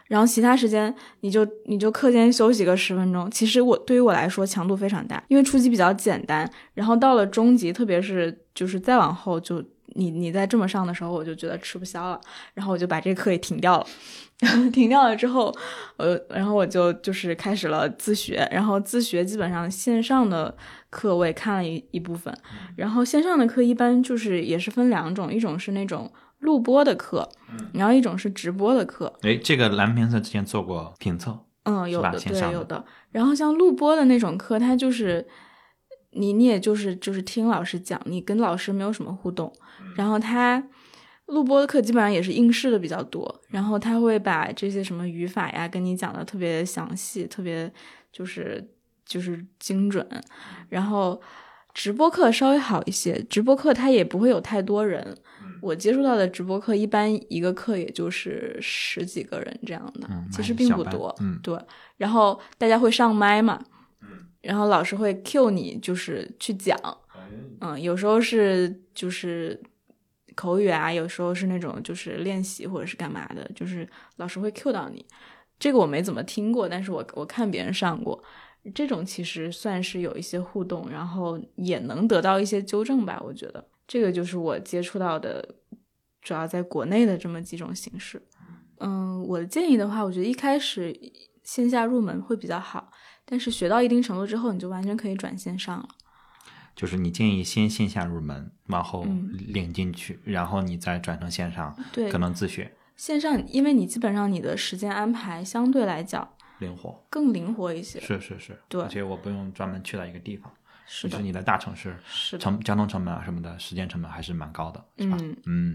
然后其他时间你就课间休息个10分钟。其实对于我来说强度非常大，因为初级比较简单，然后到了中级，特别是就是再往后，就你在这么上的时候，我就觉得吃不消了，然后我就把这个课给停掉了。停掉了之后，然后我就是开始了自学，然后自学基本上线上的课我也看了一部分，然后线上的课一般就是也是分2种，一种是那种录播的课，然后一种是直播的课。 这个蓝评测之前做过评测， 有的，对，有的。然后像录播的那种课，它就是你也就是听老师讲，你跟老师没有什么互动。然后他录播的课基本上也是应试的比较多，然后他会把这些什么语法呀跟你讲的特别详细，特别就是精准。然后直播课稍微好一些，直播课它也不会有太多人，我接触到的直播课一般一个课也就是10几个人这样的，其实并不多。对，然后大家会上麦嘛，然后老师会 cue 你就是去讲，有时候是就是口语啊，有时候是那种就是练习或者是干嘛的，就是老师会 cue 到你。这个我没怎么听过，但是我看别人上过，这种其实算是有一些互动，然后也能得到一些纠正吧，我觉得这个就是我接触到的主要在国内的这么几种形式。我的建议的话，我觉得一开始线下入门会比较好，但是学到一定程度之后，你就完全可以转线上了。 就是你建议先线下入门，往后领进去，然后你再转成线上， 对， 可能自学。 线上因为你基本上你的时间安排相对来讲更灵活一些。 是， 对， 而且我不用专门去到一个地方， 是的， 就是你在大城市交通成本啊什么的，时间成本还是蛮高的，是吧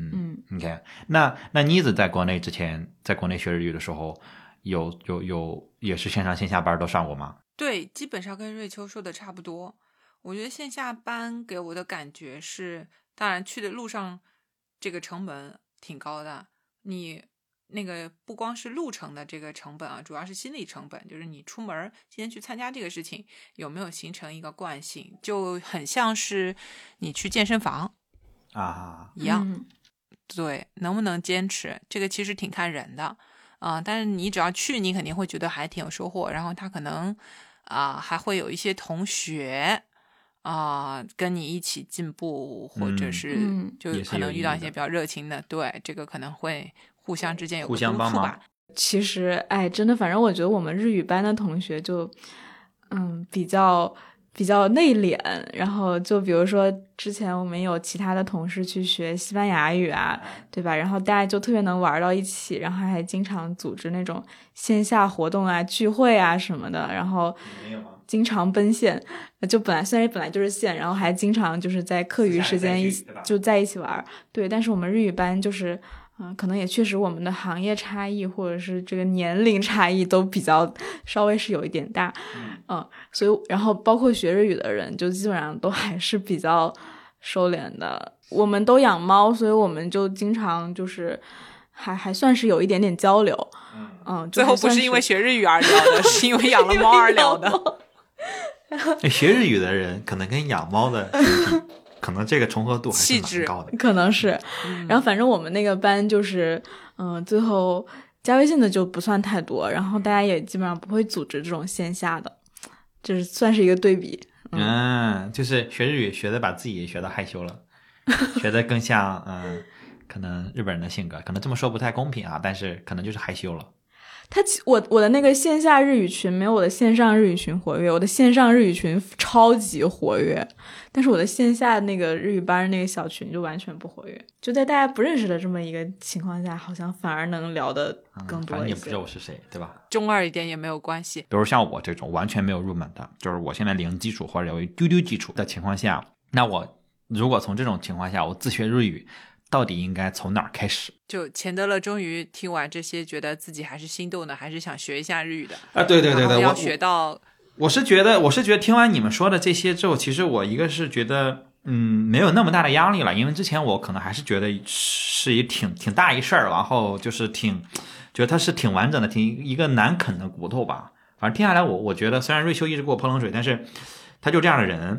？OK， 那妮子在国内之前在国内学日语的时候有也是线上线下班都上过吗？ 对，基本上跟瑞秋说的差不多。我觉得线下班给我的感觉是，当然去的路上这个成本挺高的，你那个不光是路程的这个成本啊，主要是心理成本，就是你出门今天去参加这个事情有没有形成一个惯性，就很像是你去健身房一样。对，能不能坚持这个其实挺看人的但是你只要去，你肯定会觉得还挺有收获，然后他可能还会有一些同学跟你一起进步，或者是就可能遇到一些比较热情的，对，这个可能会互相之间有个督促吧。 其实真的，反正我觉得我们日语班的同学就比较内敛，然后就比如说之前我们有其他的同事去学西班牙语啊，对吧？然后大家就特别能玩到一起，然后还经常组织那种线下活动啊、聚会啊什么的，然后经常奔现，就虽然本来就是线，然后还经常就是在课余时间就在一起玩。对，但是我们日语班就是可能也确实我们的行业差异或者是这个年龄差异都比较稍微是有一点大，所以然后包括学日语的人就基本上都还是比较收敛的。我们都养猫，所以我们就经常就是还算是有一点点交流， 最后不是因为学日语而聊的，是因为养了猫而聊的。 学日语的人可能跟养猫的可能这个重合度还是蛮高的， 可能是。然后反正我们那个班就是最后加微信的就不算太多，然后大家也基本上不会组织这种线下的，就是算是一个对比。 就是学日语学的把自己也学的害羞了，学的更像可能日本人的性格，可能这么说不太公平啊，但是可能就是害羞了。 我的那个线下日语群没有我的线上日语群活跃，我的线上日语群超级活跃，但是我的线下那个日语班那个小群就完全不活跃，就在大家不认识的这么一个情况下，好像反而能聊得更多一些。 反正也不知道我是谁，对吧？ 中二一点也没有关系。 比如像我这种完全没有入门的，就是我现在零基础或者有一丢丢基础的情况下，那我如果从这种情况下我自学日语，到底应该从哪儿开始？ 就钱德勒终于听完这些，觉得自己还是心动的，还是想学一下日语的对， 要学到。 我是觉得听完你们说的这些之后，其实我一个是觉得没有那么大的压力了，因为之前我可能还是觉得是一挺大一事儿，然后就是觉得它是挺完整的，挺一个难啃的骨头吧。反正听下来我觉得虽然瑞秋一直给我泼冷水，但是他就这样的人，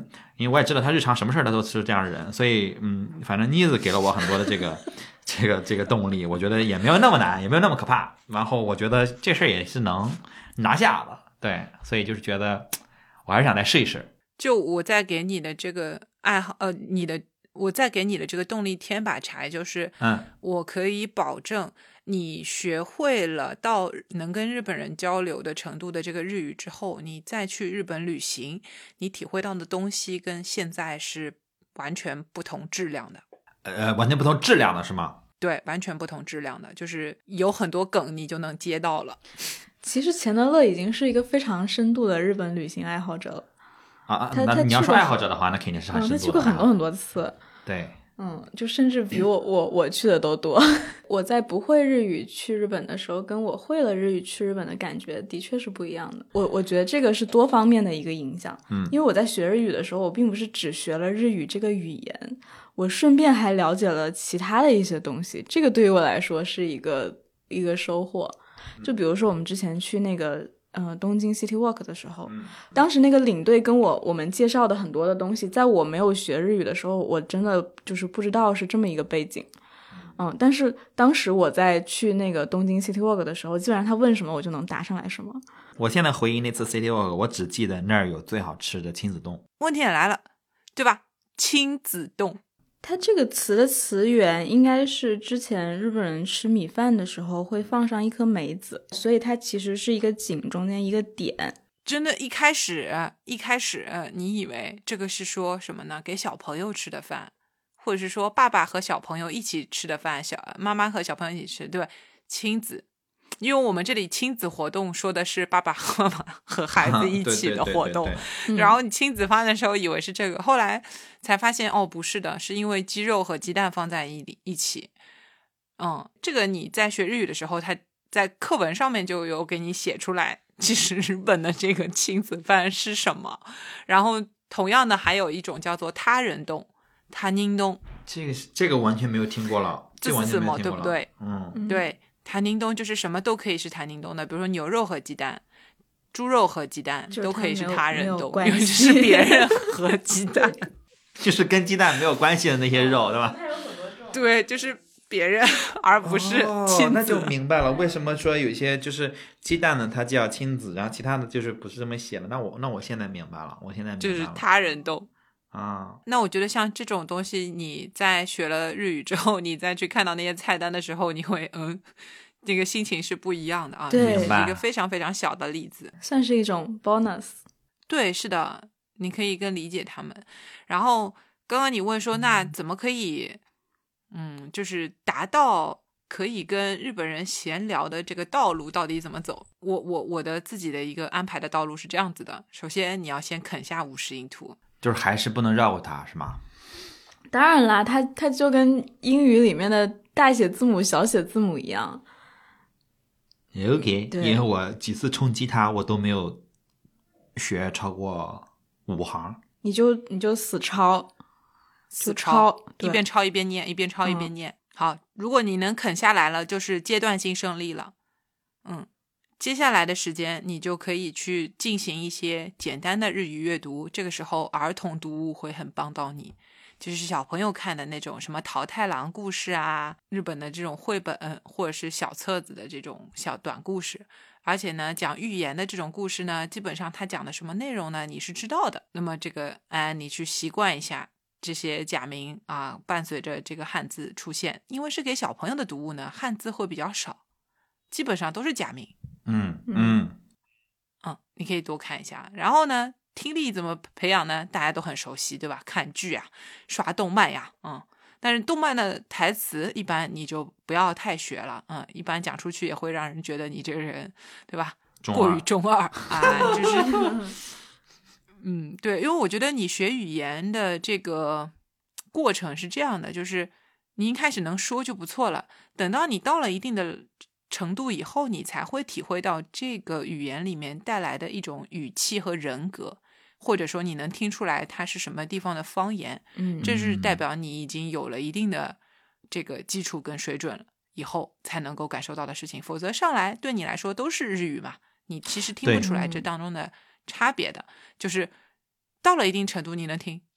因为我也知道他日常什么事他都是这样的人，所以反正妮子给了我很多的这个动力，我觉得也没有那么难，也没有那么可怕，然后我觉得这事也是能拿下的，对，所以就是觉得我还是想再试一试。 就我再给你的这个爱好，我再给你的这个动力添把柴，就是我可以保证你学会了到能跟日本人交流的程度的这个日语之后，你再去日本旅行，你体会到的东西跟现在是完全不同质量的。 完全不同质量的是吗？ 对，完全不同质量的，就是有很多梗你就能接到了。 其实钱德勒已经是一个非常深度的日本旅行爱好者了。 那你要说爱好者的话，那肯定是很深度的。 他去过很多很多次。 对， 就甚至比我去的都多。我在不会日语去日本的时候，跟我会了日语去日本的感觉的确是不一样的。我觉得这个是多方面的一个影响。因为我在学日语的时候，我并不是只学了日语这个语言，我顺便还了解了其他的一些东西。这个对于我来说是一个收获。就比如说我们之前去那个东京 City Walk 的时候，当时那个领队跟我们介绍的很多的东西，在我没有学日语的时候，我真的就是不知道是这么一个背景。但是当时我在去那个东京 City Walk 的时候，基本上他问什么我就能答上来什么。 我现在回忆那次 City Walk， 我只记得那儿有最好吃的亲子冻。 问题也来了，对吧？亲子冻， 它这个词的词源应该是之前日本人吃米饭的时候会放上一颗梅子，所以它其实是一个井中间一个点。 真的一开始你以为这个是说什么呢？给小朋友吃的饭，或者是说爸爸和小朋友一起吃的饭，妈妈和小朋友一起吃，对吧？亲子，因为我们这里亲子活动说的是爸爸和妈妈和孩子一起的活动，然后你亲子饭的时候以为是这个，后来才发现不是的，是因为鸡肉和鸡蛋放在一起。这个你在学日语的时候，他在课文上面就有给你写出来，其实日本的这个亲子饭是什么。然后同样的还有一种叫做他人冻，他人冻， 这个完全没有听过了，这完全没有听过了， 对不对？对，他人冻就是什么都可以是他人冻的，比如说牛肉和鸡蛋、猪肉和鸡蛋都可以是他人冻，因为这是别人和鸡蛋， 就是跟鸡蛋没有关系的那些肉，对吧？ 对，就是别人而不是亲子。 那就明白了为什么说有一些就是鸡蛋呢它叫亲子，然后其他的就是不是这么写的。那我现在明白了， 就是他人冻啊。 那我觉得像这种东西，你在学了日语之后，你再去看到那些菜单的时候，你会这个心情是不一样的啊。 对， 是一个非常非常小的例子， 算是一种 bonus。 对，是的，你可以更理解他们。然后刚刚你问说那怎么可以就是达到可以跟日本人闲聊的这个道路到底怎么走。我的自己的一个安排的道路是这样子的。首先你要先啃下50音图， 就是还是不能绕过它是吗？ 当然啦，它就跟英语里面的大写字母小写字母一样。 OK， 因为我几次冲击它我都没有学超过5行。 你就死抄， 一边抄一边念，一边抄一边念。好，如果你能啃下来了，就是阶段性胜利了。接下来的时间你就可以去进行一些简单的日语阅读，这个时候儿童读物会很帮到你，就是小朋友看的那种什么桃太郎故事啊，日本的这种绘本或者是小册子的这种小短故事。而且呢，讲寓言的这种故事呢，基本上它讲的什么内容呢，你是知道的。那么这个你去习惯一下这些假名啊，伴随着这个汉字出现，因为是给小朋友的读物呢，汉字会比较少，基本上都是假名。你可以多看一下。然后呢，听力怎么培养呢？大家都很熟悉，对吧？看剧啊，刷动漫呀，但是动漫的台词一般你就不要太学了，一般讲出去也会让人觉得你这个人，对吧？过于中二啊，就是对，因为我觉得你学语言的这个过程是这样的，就是你一开始能说就不错了，等到你到了一定的程度以后，你才会体会到这个语言里面带来的一种语气和人格，或者说你能听出来它是什么地方的方言。这是代表你已经有了一定的这个基础跟水准了，以后才能够感受到的事情。否则上来对你来说都是日语嘛，你其实听不出来这当中的差别的。就是到了一定程度你能听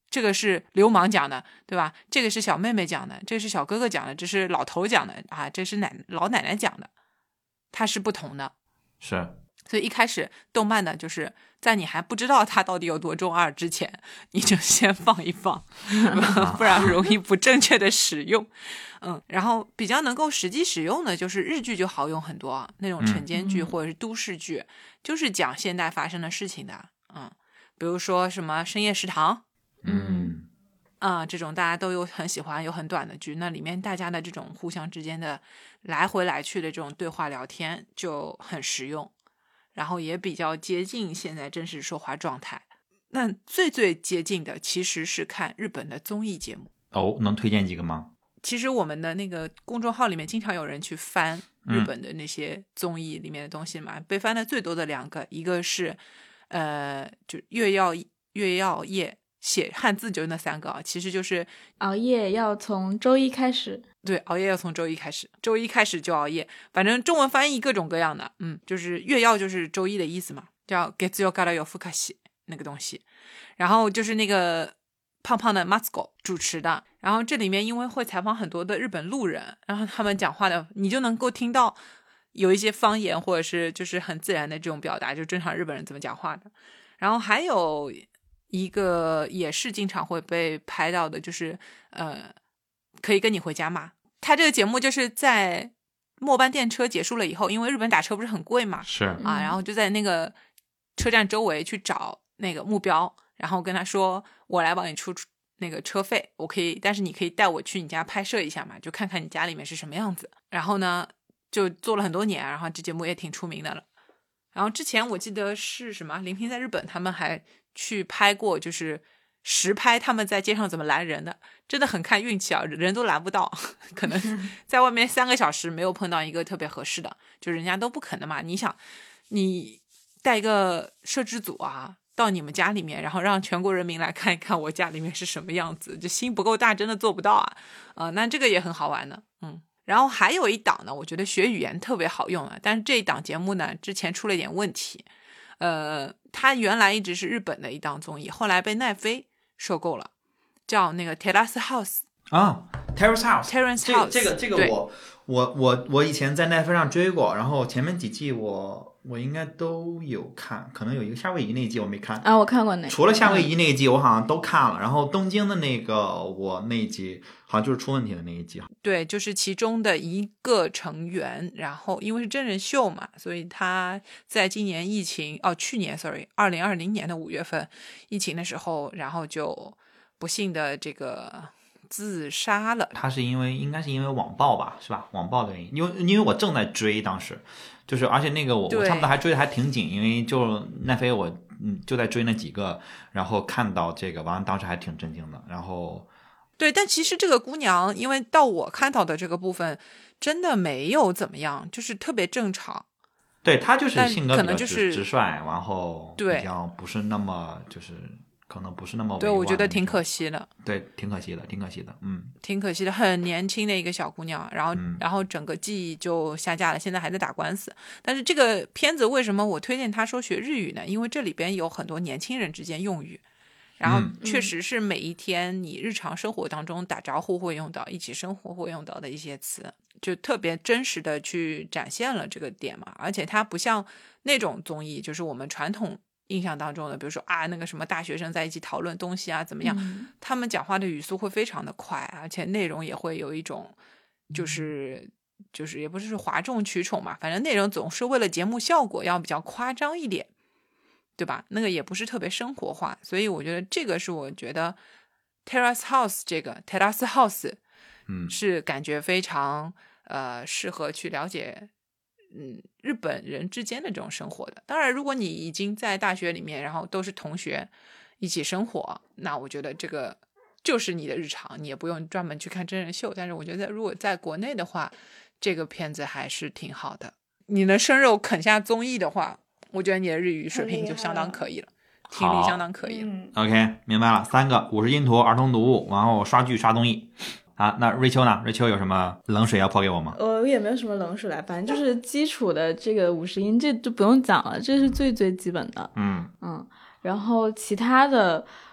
这个是流氓讲的，对吧？这个是小妹妹讲的，这个是小哥哥讲的，这是老头讲的啊，这是老奶奶讲的，它是不同的。 是。 所以一开始动漫呢，就是在你还不知道它到底有多中二之前，你就先放一放，不然容易不正确的使用。然后比较能够实际使用的就是日剧就好用很多，那种晨间剧或者是都市剧，就是讲现代发生的事情的。比如说什么深夜食堂，这种大家都有很喜欢有很短的剧，那里面大家的这种互相之间的来回来去的这种对话聊天就很实用，然后也比较接近现在真实说话状态。那最接近的其实是看日本的综艺节目。 能推荐几个吗？ 其实我们的那个公众号里面经常有人去翻日本的那些综艺里面的东西嘛，被翻的最多的2个，一个是就月曜夜，写汉字就那3个啊，其实就是熬夜要从周一开始。 对，熬夜要从周一开始，周一开始就熬夜，反正中文翻译各种各样的。就是月曜就是周一的意思嘛，叫月曜から夜更かし那个东西。然后就是那个胖胖的 Matsuko 主持的，然后这里面因为会采访很多的日本路人，然后他们讲话的你就能够听到有一些方言或者是就是很自然的这种表达，就正常日本人怎么讲话的。然后还有一个也是经常会被拍到的，就是可以跟你回家嘛。他这个节目就是在末班电车结束了以后，因为日本打车不是很贵嘛， 是然后就在那个车站周围去找那个目标，然后跟他说我来帮你出那个车费，我可以，但是你可以带我去你家拍摄一下嘛，就看看你家里面是什么样子。然后呢就做了很多年，然后这节目也挺出名的了。然后之前我记得是什么林平在日本，他们还去拍过，就是实拍他们在街上怎么拦人的，真的很看运气啊，人都拦不到，可能在外面3个小时没有碰到一个特别合适的，就人家都不肯的嘛。你想你带一个摄制组啊到你们家里面，然后让全国人民来看一看我家里面是什么样子，这心不够大真的做不到啊。那这个也很好玩的。然后还有一档呢，我觉得学语言特别好用啊，但是这一档节目呢之前出了一点问题。它原来一直是日本的一档综艺，后来被奈飞收购了，叫那个 Terrace House 啊 Terrace House。 这个我以前在奈飞上追过，然后前面几季我应该都有看，可能有一个夏威夷那一季我没看啊，我看过那个， 除了夏威夷那一季我好像都看了，然后东京的那个我那一季好像就是出问题的那一季。 对，就是其中的一个成员，然后因为是真人秀嘛，所以他在今年疫情去年 2020年的5月份疫情的时候，然后就不幸的这个自杀了。 他是应该是因为网暴吧，是吧？网暴的原因，因为我正在追，当时就是而且那个我差不多还追的还挺紧，因为就奈飞我就在追那几个，然后看到这个完了当时还挺震惊的。然后对，但其实这个姑娘因为到我看到的这个部分真的没有怎么样，就是特别正常。 对，她就是性格比较直率，然后比较不是那么就是可能不是那么委婉。 对，我觉得挺可惜的。 对，挺可惜的。 挺可惜的，很年轻的一个小姑娘，然后整个季就下架了，现在还在打官司。但是这个片子为什么我推荐她说学日语呢？因为这里边有很多年轻人之间用语，然后确实是每一天你日常生活当中打招呼会用到，一起生活会用到的一些词，就特别真实的去展现了这个点嘛。而且它不像那种综艺，就是我们传统印象当中的，比如说那个什么大学生在一起讨论东西啊怎么样，他们讲话的语速会非常的快，而且内容也会有一种就是也不是哗众取宠嘛，反正内容总是为了节目效果要比较夸张一点，对吧？那个也不是特别生活化，所以我觉得这个是我觉得 Terrace House 这个 Terrace House 是感觉非常适合去了解日本人之间的这种生活的。当然如果你已经在大学里面，然后都是同学一起生活，那我觉得这个就是你的日常，你也不用专门去看真人秀。但是我觉得如果在国内的话，这个片子还是挺好的。你能生肉啃下综艺的话，我觉得你的日语水平就相当可以了，听力相当可以了。 OK， 明白了。3个50音图儿童读物，然后刷剧刷综艺。那瑞秋呢？瑞秋有什么冷水要泼给我吗？ 我也没有什么冷水来，反正就是基础的这个50音，这就不用讲了，这是最最基本的。然后其他的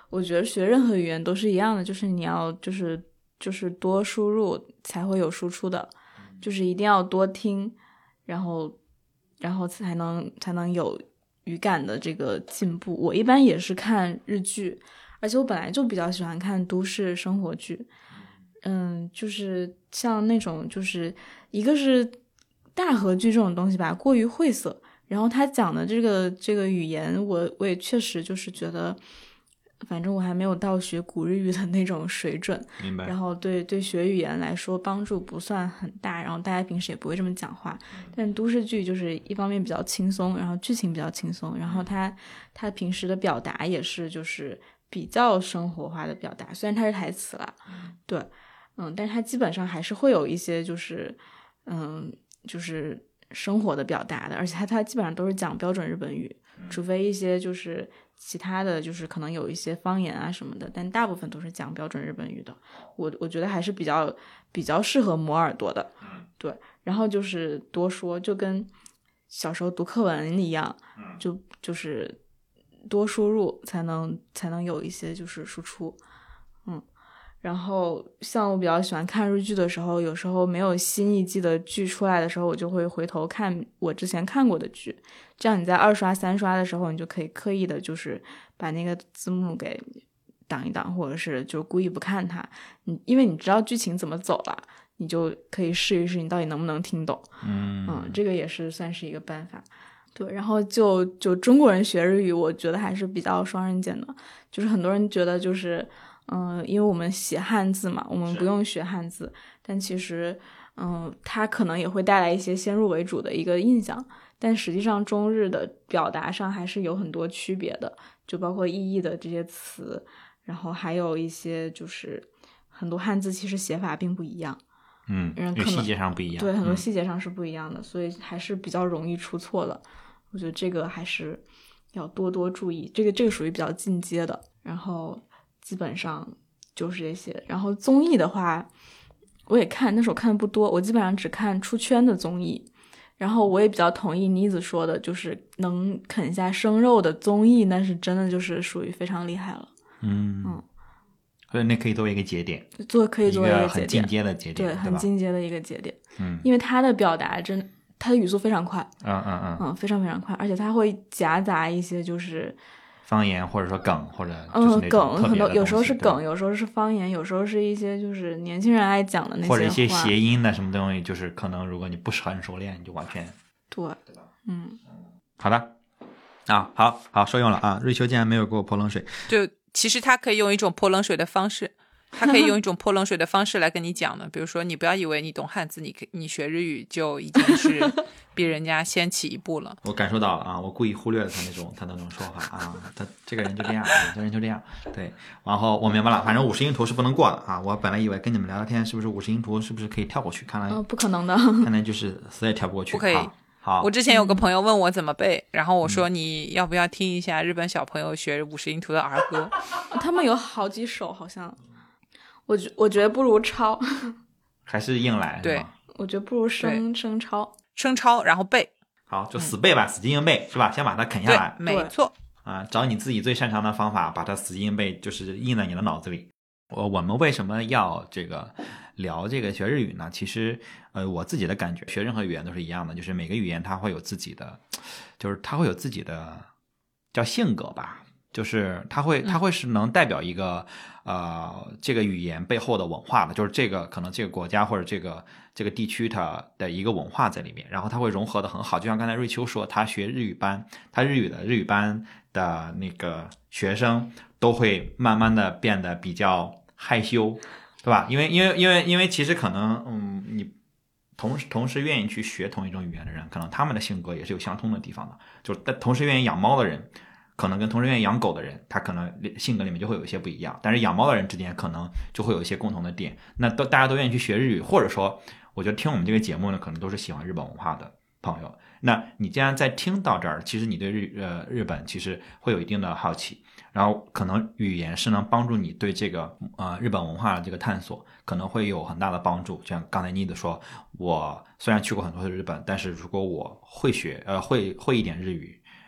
我觉得学任何语言都是一样的，就是你要就是多输入才会有输出的，就是一定要多听，然后才能有语感的这个进步。我一般也是看日剧，而且我本来就比较喜欢看都市生活剧，就是像那种就是一个是大河剧这种东西吧，过于晦涩，然后他讲的这个语言，我也确实就是觉得，反正我还没有到学古日语的那种水准， 明白。 然后对学语言来说帮助不算很大，然后大家平时也不会这么讲话。但都市剧就是一方面比较轻松，然后剧情比较轻松，然后他平时的表达也是就是比较生活化的表达，虽然它是台词啦，对，但是它基本上还是会有一些就是就是生活的表达的，而且它基本上都是讲标准日本语，除非一些就是其他的就是可能有一些方言啊什么的，但大部分都是讲标准日本语的。我觉得还是比较适合磨耳朵的，对。然后就是多说，就跟小时候读课文一样，就是多输入才能有一些就是输出，然后像我比较喜欢看日剧的时候，有时候没有新一季的剧出来的时候，我就会回头看我之前看过的剧，这样你在2刷3刷的时候，你就可以刻意的就是把那个字幕给挡一挡，或者是就故意不看它，因为你知道剧情怎么走了，你就可以试一试你到底能不能听懂。这个也是算是一个办法。对，然后就中国人学日语，我觉得还是比较双刃剑的，就是很多人觉得就是因为我们写汉字嘛，我们不用学汉字，但其实它可能也会带来一些先入为主的一个印象，但实际上中日的表达上还是有很多区别的，就包括意义的这些词，然后还有一些就是很多汉字其实写法并不一样， 因为细节上不一样， 对，很多细节上是不一样的，所以还是比较容易出错的。我觉得这个还是要多多注意，这个属于比较进阶的，然后基本上就是这些。然后综艺的话我也看，但是我看的不多，我基本上只看出圈的综艺。然后我也比较同意妮子说的，就是能啃下生肉的综艺，那是真的就是属于非常厉害了。 所以那可以作为一个节点， 可以作为一个很进阶的节点， 对，很进阶的一个节点。因为他的表达他的语速非常快，非常非常快，而且他会夹杂一些就是方言或者说梗，或者就是那种梗，很多有时候是梗，有时候是方言，有时候是一些就是年轻人爱讲的那些话， 或者一些谐音的什么东西，就是可能如果你不是很熟练，你就完全对吧？好的好受用了啊！瑞秋竟然没有给我泼冷水， 就其实他可以用一种泼冷水的方式。他可以用一种泼冷水的方式来跟你讲的，比如说你不要以为你懂汉字，你学日语就已经是比人家先起一步了。 我感受到了啊，我故意忽略了他那种说法啊，他这个人就这样，这人就这样。对，然后我明白了，反正50音图是不能过的啊。我本来以为跟你们聊聊天，是不是50音图是不是可以跳过去？看来不可能的， 看来就是死也跳不过去。 不可以。 好， 我之前有个朋友问我怎么背，然后我说你要不要听一下日本小朋友学50音图的儿歌？ 他们有好几首好像。我觉得不如抄， 还是硬来。 对， 我觉得不如生抄，然后背。 好，就死背吧，死记硬背是吧？先把它啃下来。 没错。 找你自己最擅长的方法，把它死记硬背，就是印在你的脑子里。我们为什么要聊这个学日语呢？其实我自己的感觉，学任何语言都是一样的，就是每个语言它会有自己的，就是它会有自己的叫性格吧。就是它会是能代表一个这个语言背后的文化的，就是这个可能这个国家或者这个地区它的一个文化在里面，然后它会融合的很好。就像刚才瑞秋说，他学日语班，他日语班的那个学生都会慢慢的变得比较害羞，对吧？因为其实可能你同时愿意去学同一种语言的人，可能他们的性格也是有相通的地方的，就是同时愿意养猫的人。可能跟同时愿意养狗的人，他可能性格里面就会有一些不一样，但是养猫的人之间可能就会有一些共同的点。那大家都愿意去学日语，或者说，我觉得听我们这个节目呢，可能都是喜欢日本文化的朋友。那你既然在听到这儿，其实你对日本其实会有一定的好奇，然后可能语言是能帮助你对这个日本文化的这个探索可能会有很大的帮助。就像刚才妮子说，我虽然去过很多的日本，但是如果我会学会一点日语。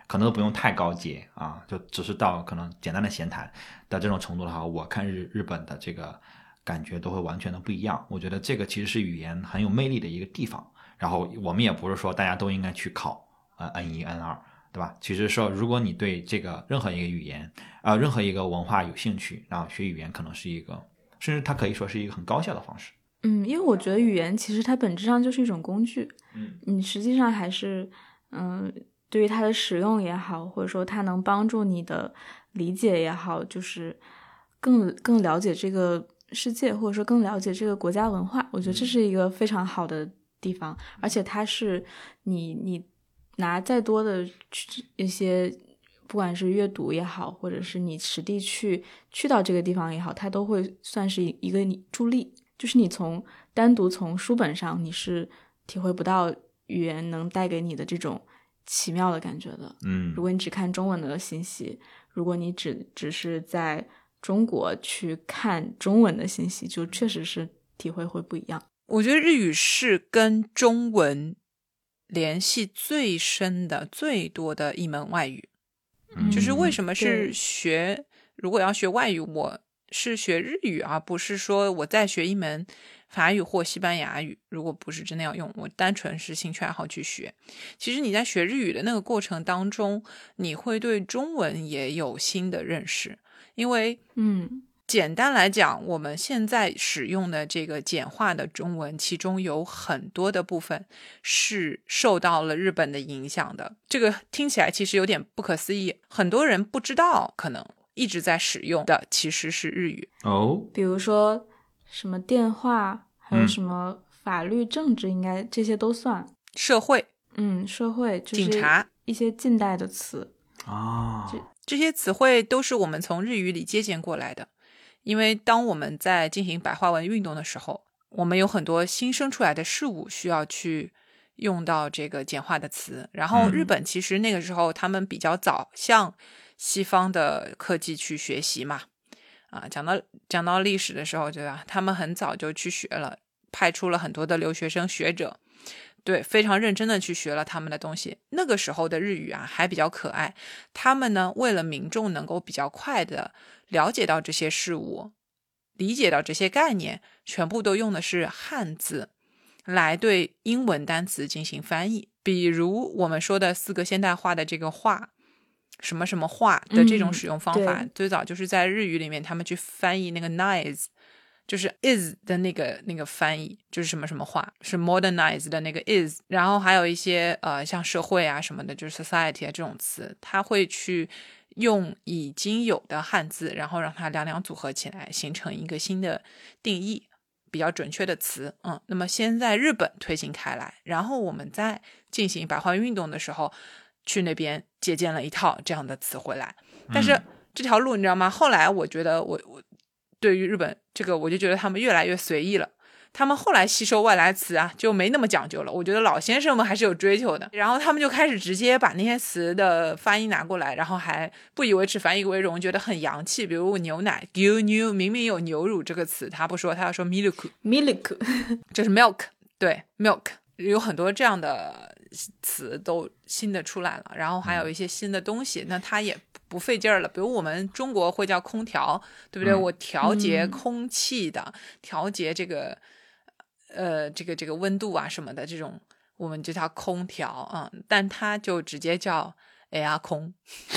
可能都不用太高阶啊，就只是到可能简单的闲谈的这种程度的话，我看日本的这个感觉都会完全的不一样。我觉得这个其实是语言很有魅力的一个地方。然后我们也不是说大家都应该去考N1 N2，对吧？其实说如果你对这个任何一个语言任何一个文化有兴趣，然后学语言可能是一个，甚至它可以说是一个很高效的方式。 因为我觉得语言其实它本质上就是一种工具，你实际上还是对于它的使用也好，或者说它能帮助你的理解也好，就是更了解这个世界，或者说更了解这个国家文化，我觉得这是一个非常好的地方。而且它是你拿再多的一些，不管是阅读也好，或者是你实地去到这个地方也好，它都会算是一个助力。就是你单独从书本上你是体会不到语言能带给你的这种奇妙的感觉的。如果你只看中文的信息，如果你只是在中国去看中文的信息，就确实是体会会不一样。 我觉得日语是跟中文联系最深的最多的一门外语。就是为什么是如果要学外语，我是学日语，而不是说我再学一门法语或西班牙语。如果不是真的要用，我单纯是兴趣爱好去学。其实你在学日语的那个过程当中，你会对中文也有新的认识。因为简单来讲，我们现在使用的这个简化的中文，其中有很多的部分是受到了日本的影响的。这个听起来其实有点不可思议，很多人不知道，可能一直在使用的其实是日语。 比如说什么电话，还有什么法律、政治，应该这些都算。 社会， 社会就是警察， 一些近代的词这些词汇都是我们从日语里借鉴过来的。因为当我们在进行白话文运动的时候，我们有很多新生出来的事物需要去用到这个简化的词。然后日本其实那个时候他们比较早向西方的科技去学习嘛，讲到历史的时候，对吧？他们很早就去学了，派出了很多的留学生学者，对，非常认真的去学了他们的东西。那个时候的日语还比较可爱，他们呢为了民众能够比较快的了解到这些事物，理解到这些概念，全部都用的是汉字来对英文单词进行翻译。比如我们说的四个现代化的这个化，什么什么化的这种使用方法，最早就是在日语里面他们去翻译那个 nice， 就是 is 的那个翻译，就是什么什么化，是 modernize 的那个 is。 然后还有一些像社会啊什么的，就是 society 啊这种词，他会去用已经有的汉字，然后让它两组合起来，形成一个新的定义，比较准确的词。那么先在日本推行开来，然后我们在进行白话运动的时候去那边借鉴了一套这样的词回来。但是这条路你知道吗，后来我觉得我对于日本这个，我就觉得他们越来越随意了。他们后来吸收外来词就没那么讲究了。我觉得老先生们还是有追求的，然后他们就开始直接把那些词的发音拿过来，然后还不以为耻反以为荣，觉得很洋气。比如牛奶 牛乳，明明有牛乳这个词，他不说，他要说 milk， 就是 milk， 对 milk， 有很多这样的词都新的出来了，然后还有一些新的东西，那它也不费劲儿了。比如我们中国会叫空调，对不对？我调节空气的，调节这个这个温度啊什么的，这种我们就叫空调但它就直接叫 air 空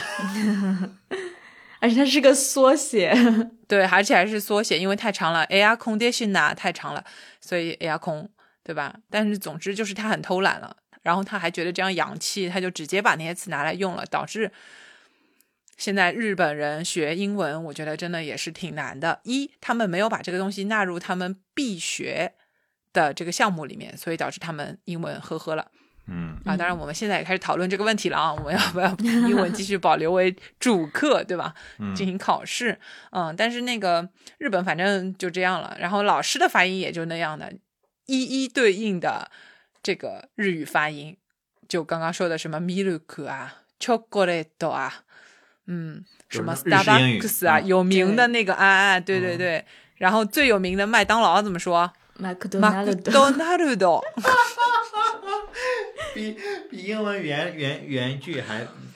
而且它是个缩写对，而且还是缩写，因为太长了 air conditioner 太长了，所以 air 空，对吧？但是总之就是他很偷懒了，然后他还觉得这样洋气，他就直接把那些词拿来用了，导致现在日本人学英文，我觉得真的也是挺难的。他们没有把这个东西纳入他们必学的这个项目里面，所以导致他们英文呵了。当然我们现在也开始讨论这个问题了我们要不要英文继续保留为主课，对吧？进行考试。但是那个日本反正就这样了，然后老师的发音也就那样的，一对应的这个日语发音，就刚刚说的什么 milk 啊 chocolate 啊什么 Starbucks 啊，有名的那个对对对。然后最有名的麦当劳怎么说？ 麦克多纳鲁多比英文原句还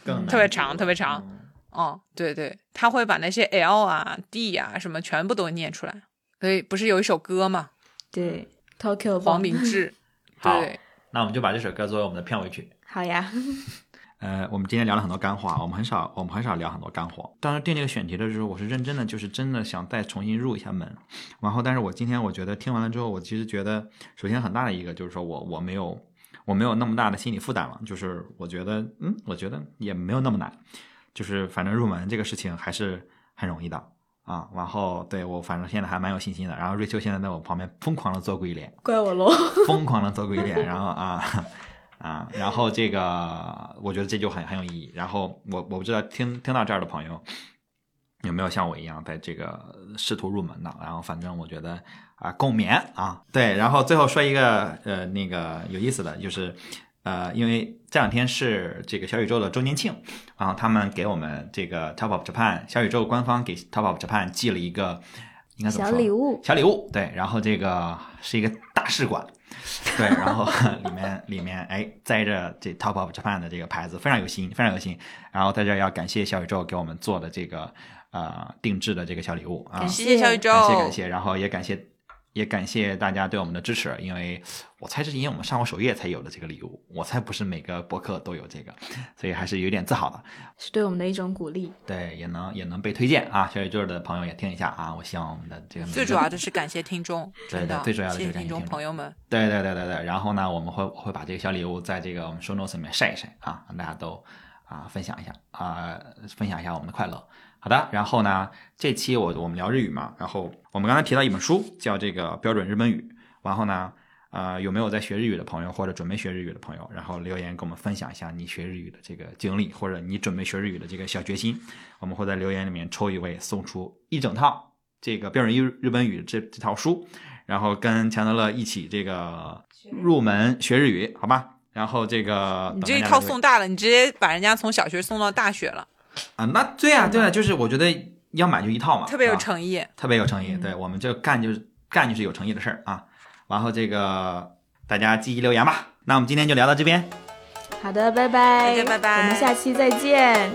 特别长特别长。对对，他会把那些 L 啊 D 啊什么全部都念出来。所以不是有一首歌吗？ 对 Tokyo 黄明志。 好，那我们就把这首歌作为我们的片尾曲。 好呀。 我们今天聊了很多干货，我们很少聊很多干货。当时定这个选题的时候，我是认真的，就是真的想再重新入一下门。然后，但是我今天我觉得听完了之后，我其实觉得，首先很大的一个就是说我没有那么大的心理负担了，就是我觉得也没有那么难，就是反正入门这个事情还是很容易的啊。然后对我反正现在还蛮有信心的。然后瑞秋现在在我旁边疯狂的做鬼脸， 怪我喽， 疯狂的做鬼脸，然后然后这个我觉得这就很有意义。然后我不知道听到这儿的朋友有没有像我一样在这个试图入门的，然后反正我觉得共勉啊。对，然后最后说一个那个有意思的，就是因为这两天是这个小宇宙的周年庆，然后他们给我们这个 Top of Japan 小宇宙官方给 Top of Japan 寄了一个应该怎么说小礼物，对，然后这个是一个大试管。对，然后里面载着这 Top of Japan 的这个牌子，非常有心。然后在这要感谢小宇宙给我们做的这个定制的这个小礼物啊， 感谢小宇宙， 感谢，然后也感谢大家对我们的支持，因为我猜这是因为我们上过首页才有的这个礼物，我猜不是每个博客都有这个，所以还是有点自豪的， 是对我们的一种鼓励。 对，也能被推荐啊，小宇宙的朋友也听一下啊，我希望我们的这个最主要的是感谢听众， 对，最主要的是感谢听众朋友们， 对，然后呢，我们会把这个小礼物在这个我们 show notes 里面晒一晒啊，让大家都分享一下我们的快乐。好的，然后呢，这期我们聊日语嘛，然后我们刚才提到一本书叫这个标准日本语，然后呢有没有在学日语的朋友或者准备学日语的朋友，然后留言跟我们分享一下你学日语的这个经历，或者你准备学日语的这个小决心，我们会在留言里面抽一位送出一整套这个标准日本语这套书，然后跟强德勒一起这个入门学日语，好吧？然后这个你这一套送大了，你直接把人家从小学送到大学了啊！那对啊，就是我觉得要买就一套嘛， 特别有诚意， 特别有诚意。对，我们这干就是有诚意的事儿啊。然后这个大家积极留言吧。那我们今天就聊到这边。 好的，拜拜， 大家拜拜， 我们下期再见。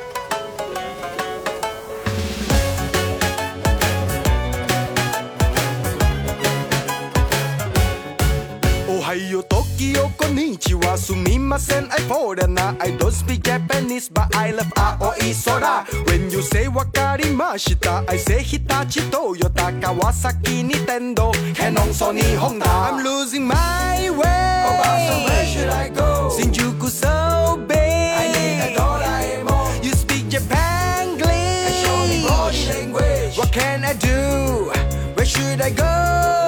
はいよ、Tokyo、こんにちは、すみません、I foreigner I don't speak Japanese, but I love 青い空 When you say わかりました I say 日立、トヨタ、川崎、ニテンド、キャノン、ソニー、ホンダ I'm losing my way So where should I go? 新宿 so big I need a ドラえもん You speak Japanese Show me body language What can I do? Where should I go?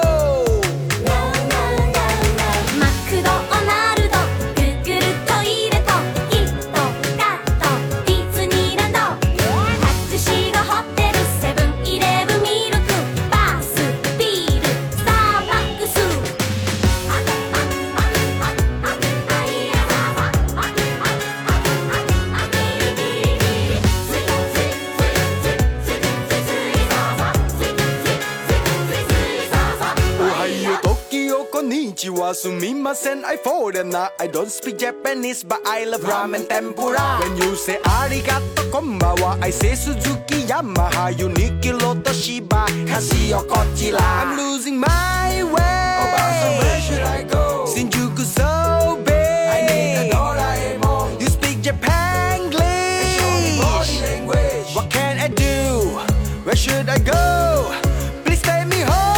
すみません I foreigner I don't speak Japanese but I love ramen tempura When you say ありがとうこんばんは I say 鈴木ヤマハユニキロトシバカシオこちら I'm losing my way So where should I go 新宿 so big I need a ドラえもん You speak Japanese Show me body language What can I do Where should I go Please take me home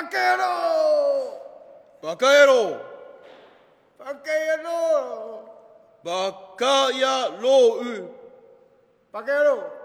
カ野郎バカ野郎バカ野郎バカ野郎バカ野郎